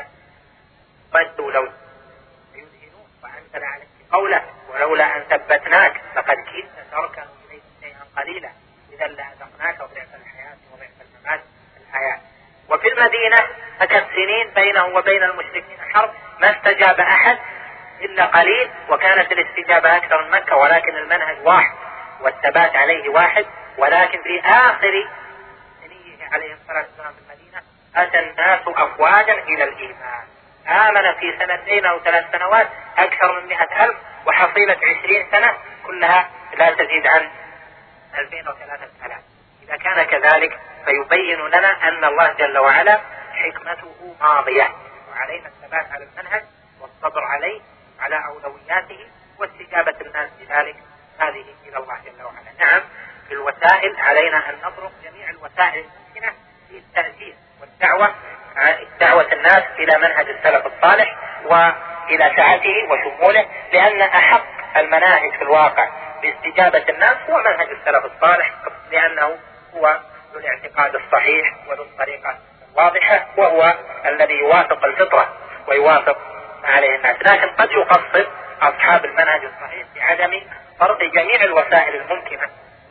ودوا لو يدهنون، وأنزل عليه قوله ولولا أن ثبتناك لقد كدت تركن إليه شيئا قليلا إذا لأذقناك ضعف الحياة وضعف الممات الآيات. وفي المدينة فكت سنين بينه وبين المشركين حرب، ما استجاب أحد إلا قليل، وكانت الاستجابة أكثر من مكة، ولكن المنهج واحد والثبات عليه واحد. ولكن في آخر سنيه عليه الصلاة والسلام في المدينة أتى الناس أفواجا إلى الإيمان، آمن في سنتين أو ثلاث سنوات أكثر من مئة ألف، وحصيلة عشرين سنة كلها لا تزيد عن ألفين وثلاثة آلاف. إذا كان كذلك فيبين لنا أن الله جل وعلا حكمته ماضية، وعلينا الثبات على المنهج والصبر عليه على أولوياته واستجابة الناس بذلك هذه إلى الله جل وعلا. نعم، في الوسائل علينا أن نطرق جميع الوسائل الممكنة في التأثير والدعوة دعوة الناس إلى منهج السلف الصالح وإلى سعته وشموله، لأن أحق المناهج في الواقع باستجابة الناس هو منهج السلف الصالح، لأنه هو ذو الاعتقاد الصحيح وذو الطريقة الواضحة، وهو الذي يوافق الفطرة ويوافق ما عليه الناس. لكن قد يقصد أصحاب المنهج الصحيح بعدم فرض جميع الوسائل الممكنة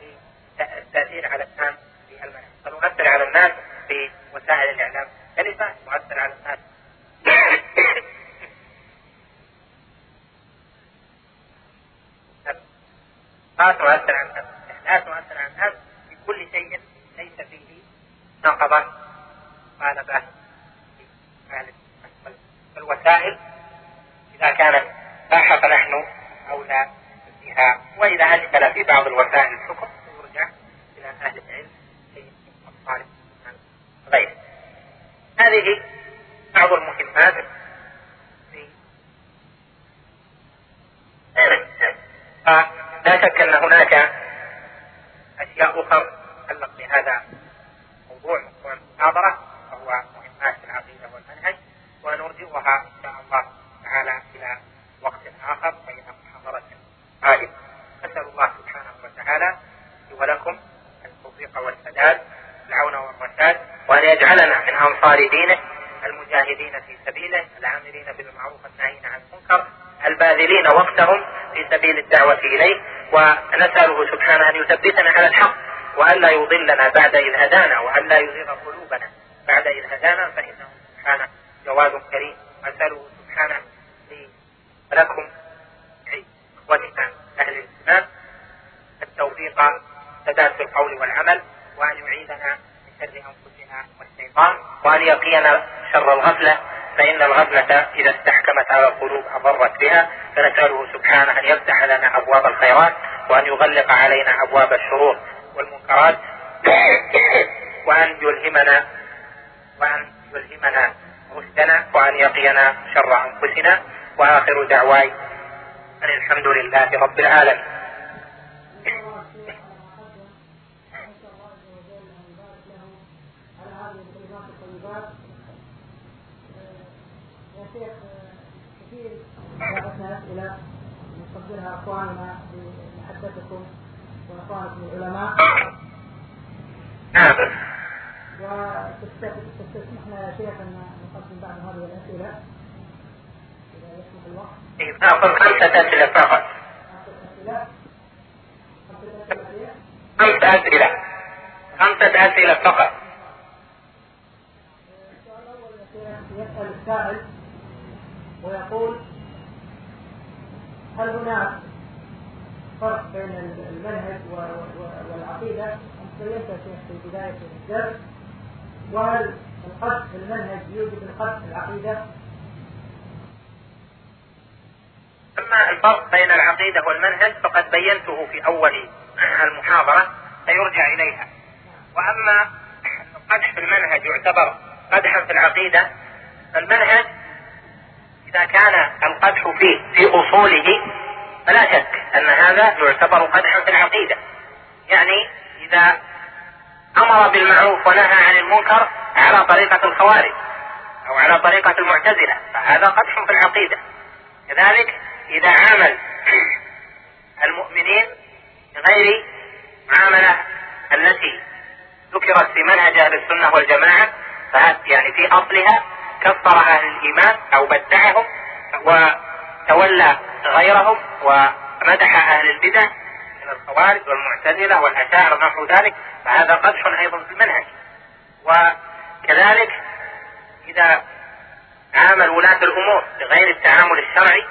للتأثير على الناس في المنهج. فنؤثر على الناس في وسائل الإعلام كلمة، نؤثر على الناس لا تؤثر على الناس لا تؤثر على الناس في كل شيء ليس فيه نقضة مخالفة الوسائل. إذا كانت باحة فنحن أولى بها، وإذا أشكل في بعض الوسائل الحكم يرجع إلى أهل العلم في الصالح غير. هذه بعض المهمات في فلا شك أن هناك أشياء أخرى تتعلق بهذا الموضوع والمحاضرة، وهو مهمات العقيدة والمنهج، ونرجئها إن شاء الله تعالى إلى وقت آخر وإلى محاضرة قادمة. نسأل الله سبحانه وتعالى لي ولكم التوفيق والسداد، العون والرشاد، وأن يجعلنا من أنصار دينه المجاهدين في سبيله، العاملين بالمعروف والناهين عن المنكر، الباذلين وقتهم في سبيل الدعوة إليه. ونسأله سبحانه أن يثبتنا على الحق، وأن لا يضلنا بعد إذ هدانا، وأن لا يزيغ قلوبنا بعد إذ هدانا، فإنه سبحانه جواد كريم. أسأله سبحانه لي ولكم إخوتنا أهل الإسلام التوفيق سداد في القول والعمل، وأن يعيذنا من شر أنفسنا والشيطان، وأن يقينا شر الغفلة، فإن الغفلة إذا استحكمت على القلوب أضرت بها. فنسأله سبحانه أن يفتح لنا أبواب الخيرات، وأن يغلق علينا أبواب الشرور والمنكرات، وأن يلهمنا وأن يلهمنا رشدنا، وأن يقينا شر أنفسنا. وآخر دعواي أن الحمد لله رب العالمين. كثير جاءتنا أسئلة نقدرها أخواننا بمحبتكم وأخوانكم العلماء، وتستسمحنا يا شيخ أن نقدم بعض هذه الأسئلة إذا يسمح الوقت. نأخذ خمسة أسئلة فقط. خمسة أسئلة خمسة أسئلة فقط. السؤال الأول يسأل السائل ويقول: هل هناك فرق بين المنهج والعقيدة؟ أنت بينت في بداية الدرس، وهل القصد في المنهج يوجد القصد في العقيدة؟ أما الفرق بين العقيدة والمنهج فقد بينته في أول المحاضرة فيرجع إليها. وأما القدح في المنهج يعتبر قدحا في العقيدة، فالمنهج إذا كان القدح فيه في أصوله فلا شك أن هذا يعتبر قدحا في العقيدة. يعني إذا أمر بالمعروف ونهى عن المنكر على طريقة الخوارج أو على طريقة المعتزلة فهذا قدح في العقيدة. كذلك إذا عامل المؤمنين بغير معاملة التي ذكرت في منهج أهل السنة والجماعة فهذا يعني في أصلها كفر أهل الإيمان أو بدعهم وتولى غيرهم ومدح أهل البدع من الخوارج والمعتزلة والأشاعرة نحو ذلك فهذا قدح أيضا في المنهج. وكذلك إذا عامل ولاة الأمور بغير التعامل الشرعي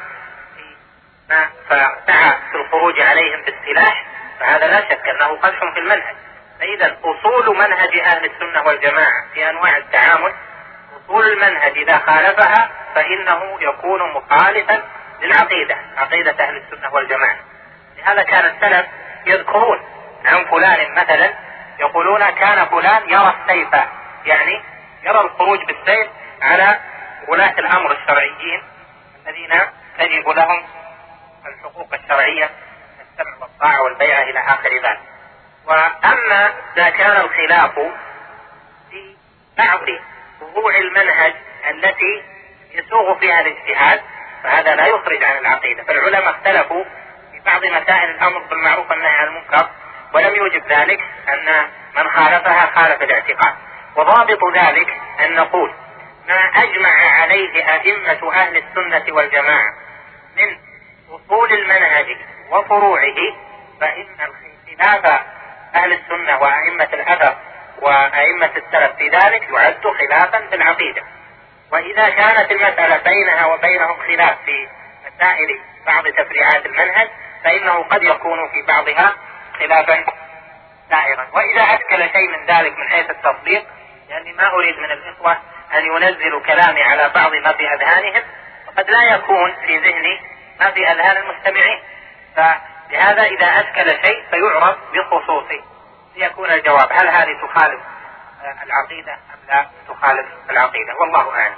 فسعى في الخروج عليهم بالسلاح فهذا لا شك أنه قدح في المنهج. فإذا أصول منهج أهل السنة والجماعة في أنواع التعامل أصول المنهج إذا خالفها فإنه يكون مخالفا للعقيدة، عقيدة أهل السنة والجماعة. لهذا كان السلف يذكرون عن فلان مثلا يقولون كان فلان يرى السيف، يعني يرى الخروج بالسيف على ولاة الأمر الشرعيين الذين تجب لهم الحقوق الشرعية السمع والطاعة والبيعة إلى آخر ذلك. وأما إذا كان الخلاف في بعض فروع المنهج التي يسوغ فيها الاجتهاد فهذا لا يخرج عن العقيدة. فالعلماء اختلفوا في بعض مسائل الأمر بالمعروف والنهي عن المنكر ولم يوجب ذلك أن من خالفها خالف الاعتقاد. وضابط ذلك أن نقول ما أجمع عليه أئمة أهل السنة والجماعة من أصول المنهج وفروعه فإن خلاف أهل السنة وأئمة الأثر وأئمة السلف في ذلك يعد خلافا في العقيدة. وإذا كانت المسألة بينها وبينهم خلاف في مسائل بعض تفريعات المنهج فإنه قد يكون في بعضها خلافا سائغا. وإذا أشكل شيء من ذلك من حيث التطبيق لأني ما أريد من الإخوة أن ينزلوا كلامي على بعض ما في أذهانهم وقد لا يكون في ذهني ما في أذهان المستمعين، فلهذا إذا أشكل شيء فيعرض بخصوصه ليكون الجواب هل هذه تخالف العقيدة أم لا تخالف العقيدة، والله أعلم.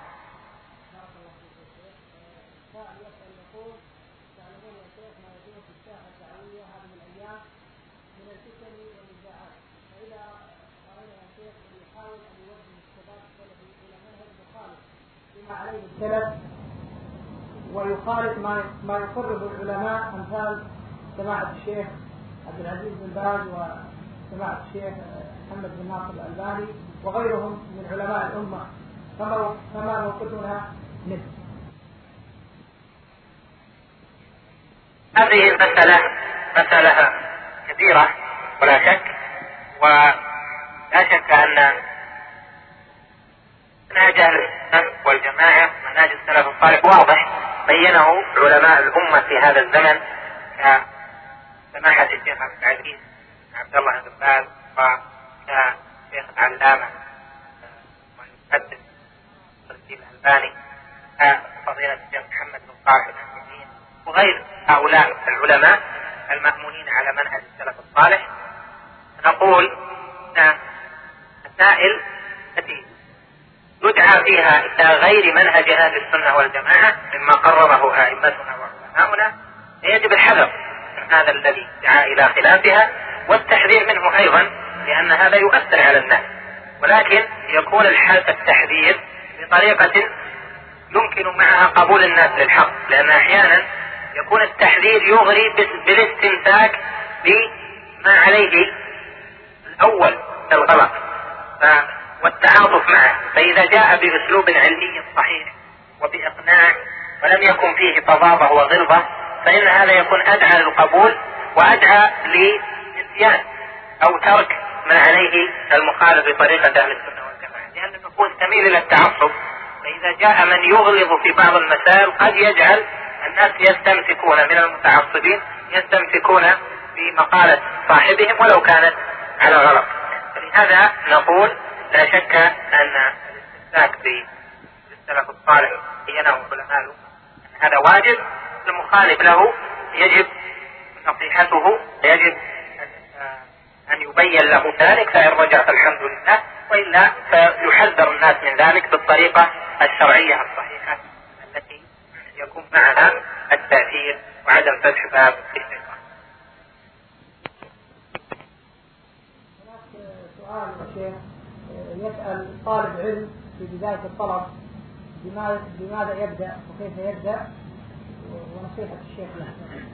عليه السلف ويخالف ما ما يقرب العلماء امثال سماحة الشيخ عبد العزيز بن باز وسماحة الشيخ محمد بن ناصر الألباني وغيرهم من علماء الأمة، فما فما موقفنا منه؟ هذه المسألة مسألة كبيرة ولا شك، ولا شك أن منهج أهل السنة والجماعة منهج السلف الصالح واضح بينه علماء الأمة في هذا الزمن كسماحة الشيخ عبد العزيز عبد الله بن باز وكشيخ العلامة ويحدث الترتيب الألباني فضيلة الشيخ محمد بن صالح الحميدية وغير هؤلاء العلماء المأمونين على منهج السلف الصالح. نقول أن مسائل التي يدعى فيها إلى غير منهج أهل السنة والجماعة مما قرره أئمتنا وعلماؤنا يجب الحذر من هذا الذي دعا إلى خلافها والتحذير منه أيضا لأن هذا يؤثر على الناس، ولكن يكون التحذير بطريقة يمكن معها قبول الناس للحق، لأن أحيانا يكون التحذير يغري بالاستمساك بما عليه الأول الغلط والتعاطف معه، فإذا جاء بأسلوب علمي صحيح وبإقناع ولم يكن فيه تضابه وغلظة فإن هذا يكون أدعى للقبول وأدعى لنسيان أو ترك ما عليه المخالف بطريقة أهل السنة والجماعة، لأن النفوس تميل إلى التعصب، فإذا جاء من يغلظ في بعض المسائل قد يجعل الناس يستمسكون من المتعصبين يستمسكون بمقالة صاحبهم ولو كانت على غلط. فلهذا نقول لا شك أن الاستمساك بالسلف الصالح بينه علماء هذا واجب، المخالف له يجب نصيحته، يجب أن يبين له ذلك، فإن رجع فالحمد لله، وإلا فيحذر الناس من ذلك بالطريقة الشرعية الصحيحة التي يكون معها التأثير وعدم فتح باب الشيطان. هناك سؤال يا شيخ، يسأل طالب علم في بداية الطلب بماذا يبدأ وكيف يبدأ ونصيحة الشيخ له.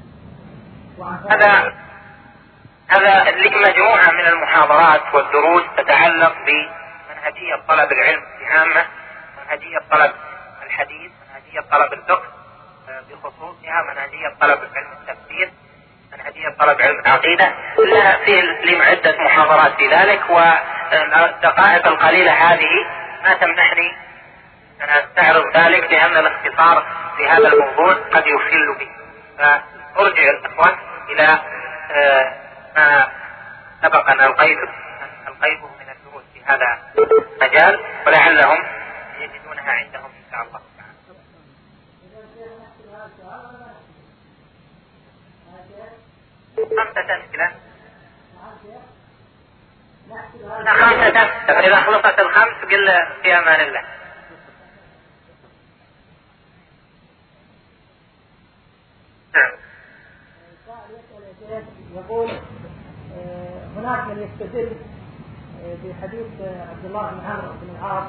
هذا هذا لمجموعة من المحاضرات والدروس تتعلق بمنهجية طلب العلم بعامة، منهجية طلب الحديث، منهجية طلب الفقه بخصوصها، منهجية طلب علم التفسير، منهجية طلب علم العقيدة، لها في لعدة محاضرات في ذلك، والدقائق القليلة هذه ما تمنحني أن أستعرض ذلك لأن الاختصار في هذا الموضوع قد يخل به، فأرجع الإخوان إلى ما سبق أن ألقيته ألقيته من الدروس في هذا المجال، ولعلهم يجدونها عندهم إن شاء الله تعالى. خمسة أسئلة خمسة أسئلة، فإذا خلصت الخمس قل في أمان الله. يقول هناك من يستدل بحديث عبد الله بن عمرو بن العاص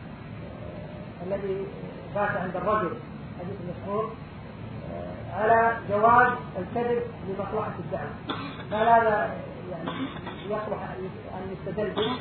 الذي بات عند الرجل، حديث مشهور، على جواز الكذب لمصلحة الدعوة، فهل هذا يعني يصلح أن يستدل به؟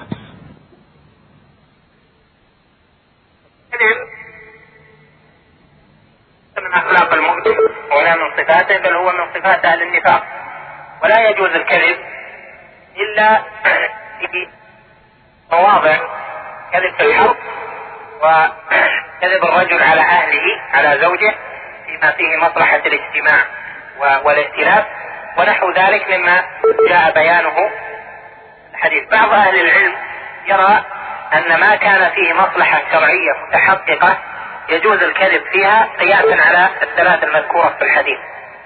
من أخلاق المؤمن ولا من صفاته، بل هو من صفات أهل النفاق، ولا يجوز الكذب إلا في مواضع كذب في الحرب، وكذب الرجل على أهله على زوجه فيما فيه مصلحة الاجتماع والائتلاف ونحو ذلك مما جاء بيانه الحديث. بعض أهل العلم يرى أن ما كان فيه مصلحة شرعية متحققة يجوز الكذب فيها قياسا على الثلاث المذكورة في الحديث،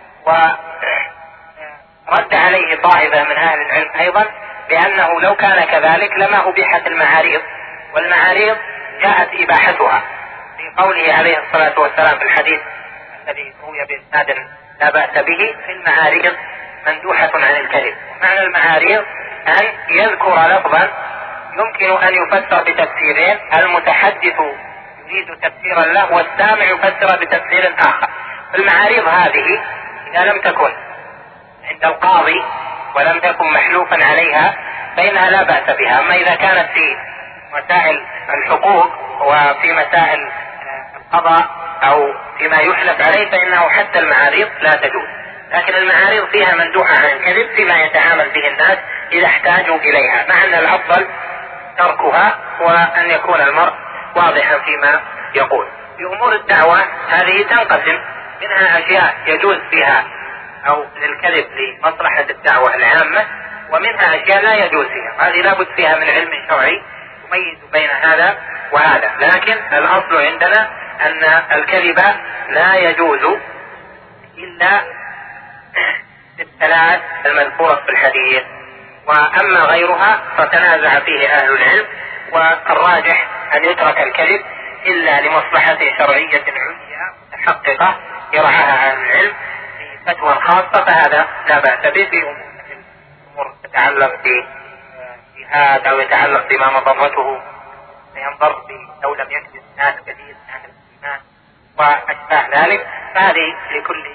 ورد عليه طائفة من أهل العلم أيضا بأنه لو كان كذلك لما أبيحت المعاريض، والمعاريض جاءت إباحتها في قوله عليه الصلاة والسلام في الحديث الذي روي بإسناد لا بأس به: في المعاريض مندوحة عن الكذب. معنى المعاريض أن يذكر لفظا يمكن أن يفسر بتفسيرين، المتحدث يريد تفسيرا له والسامع يفسر بتفسير آخر. المعاريض هذه إذا لم تكن عند القاضي ولم تكن محلوفا عليها فإنها لا بأس بها، أما إذا كانت في مسائل الحقوق وفي مسائل القضاء أو فيما يحلف عليه فإنه حتى المعاريض لا تجوز. لكن المعاريض فيها مندوحة عن الكذب فيما يتعامل به الناس إذا احتاجوا إليها، مع أن الأفضل تركها وأن يكون المرء واضحا فيما يقول. في أمور الدعوة هذه تنقسم، منها أشياء يجوز فيها أو للكذب لمصلحة الدعوة العامة، ومنها أشياء لا يجوز فيها، هذه لابد فيها من علم شرعي يميز بين هذا وهذا. لكن الأصل عندنا أن الكذب لا يجوز إلا بالثلاث المذكورة في الحديث، وأما غيرها فتنازع فيه أهل العلم، والراجح أن يترك الكذب إلا لمصلحة شرعية عليا متحققة يرعاها أهل العلم في فتوى خاصة، فهذا لا بأس به. في أمور تتعلق بجهاد أو يتعلق بما مضرته فينظر لو لم يكذب ناس كثير من أهل الإيمان وأشباه ذلك، فهذه لكل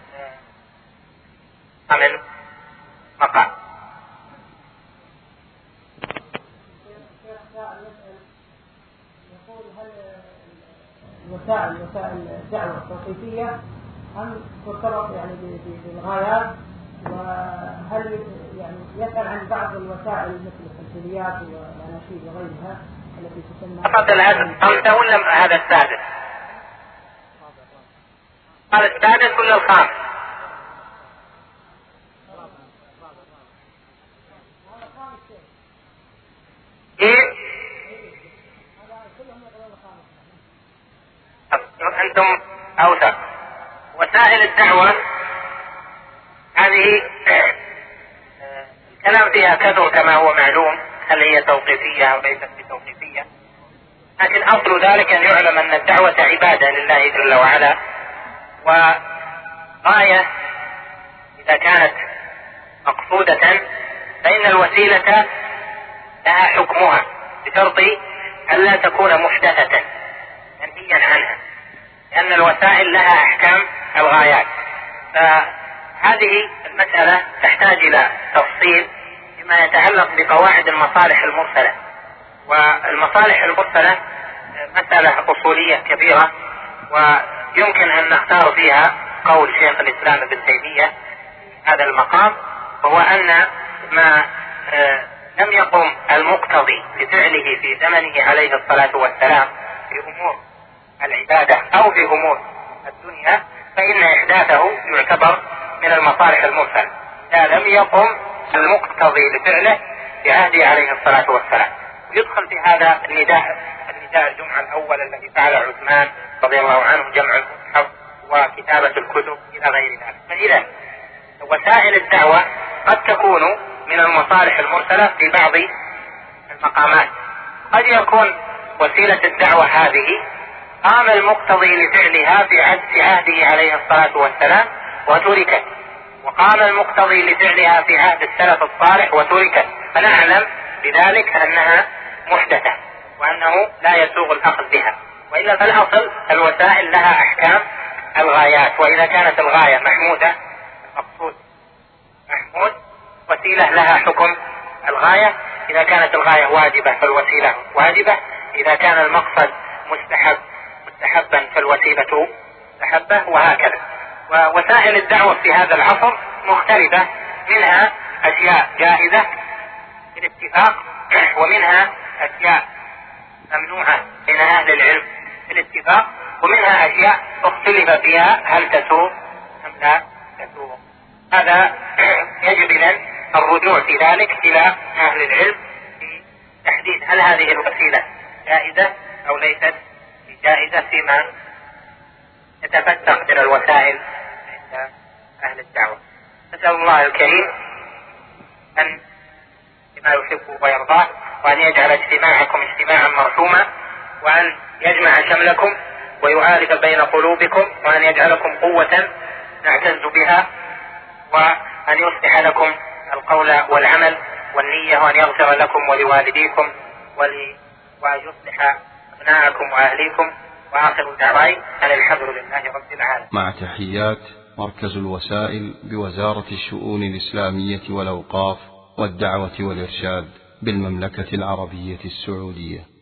من مقام. يقول هل وسائل وسائل الدعوة توقيفية أم ترتبط يعني بالغايات، وهل يعني يسأل عن بعض الوسائل مثل التمثيليات والأناشيد وغيرها التي تسمى فقط الهدف خمسة ولا هذا السادس؟ هذا السادس ولا الخامس؟ إيه؟ أنتم أوثق. وسائل الدعوة هذه الكلام فيها كثر كما هو معلوم، هل هي توقيفية أو ليست بتوقيفية، لكن أصل ذلك أن يعلم أن الدعوة عبادة لله جل وعلا، وغاية إذا كانت مقصودة فإن الوسيلة لها حكمها بشرط ألا تكون محدثة منهيا عنها، لأن الوسائل لها أحكام الغايات. فهذه المسألة تحتاج إلى تفصيل فيما يتعلق بقواعد المصالح المرسلة، والمصالح المرسلة مسألة أصولية كبيرة، ويمكن أن نختار فيها قول شيخ الإسلام ابن تيمية في هذا المقام، وهو أن ما لم يقم المقتضي لفعله في زمنه عليه الصلاة والسلام في أمور العبادة أو في أمور الدنيا فإن إحداثه يعتبر من المصالح المرسلة إذا لم يقم المقتضي لفعله في عهده عليه الصلاة والسلام. يدخل في هذا النداء النداء الجمعة الأول الذي فعل عثمان رضي الله عنه، جمع المصحف وكتابة الكتب إلى غير ذلك. فإذا وسائل الدعوة قد تكون من المصالح المرسلة في بعض المقامات، قد يكون وسيلة الدعوة هذه قام المقتضي لفعلها في عهده عليه الصلاة والسلام وتركت، وقام المقتضي لفعلها في عهد السلف الصالح وتركت، فنعلم بذلك أنها محدثة وأنه لا يسوغ الأخذ بها. وإلا فالأصل الوسائل لها أحكام الغايات، وإذا كانت الغاية محمودة المقصود محمود وسيلة لها حكم الغاية، إذا كانت الغاية واجبة فالوسيلة واجبة، إذا كان المقصد مستحب مستحبا فالوسيلة مستحبة، وهكذا. ووسائل الدعوة في هذا العصر مختلفة، منها أشياء جائزة بالاتفاق، ومنها أشياء ممنوعة بين أهل العلم بالاتفاق، ومنها أشياء اختلف فيها هل تسوغ أم لا تسوغ. هذا يجب لنا الرجوع في ذلك إلى أهل العلم في تحديد هل هذه الوسيلة جائزة أو ليست جائزة فيما يتفتق من الوسائل عند أهل الدعوة. نسأل الله الكريم أن بما يحبه ويرضاه، وأن يجعل اجتماعكم اجتماعا مرحوما، وأن يجمع شملكم ويؤالف بين قلوبكم، وأن يجعلكم قوة نعتز بها، وأن يصلح لكم القول والعمل والنية، وأن يغفر لكم ولوالديكم ولي وأن يصلح أبناءكم وأهليكم. وآخر دعوائي أن الحمد لله رب العالمين. مع تحيات مركز الوسائل بوزارة الشؤون الإسلامية والأوقاف والدعوة والإرشاد بالمملكة العربية السعودية.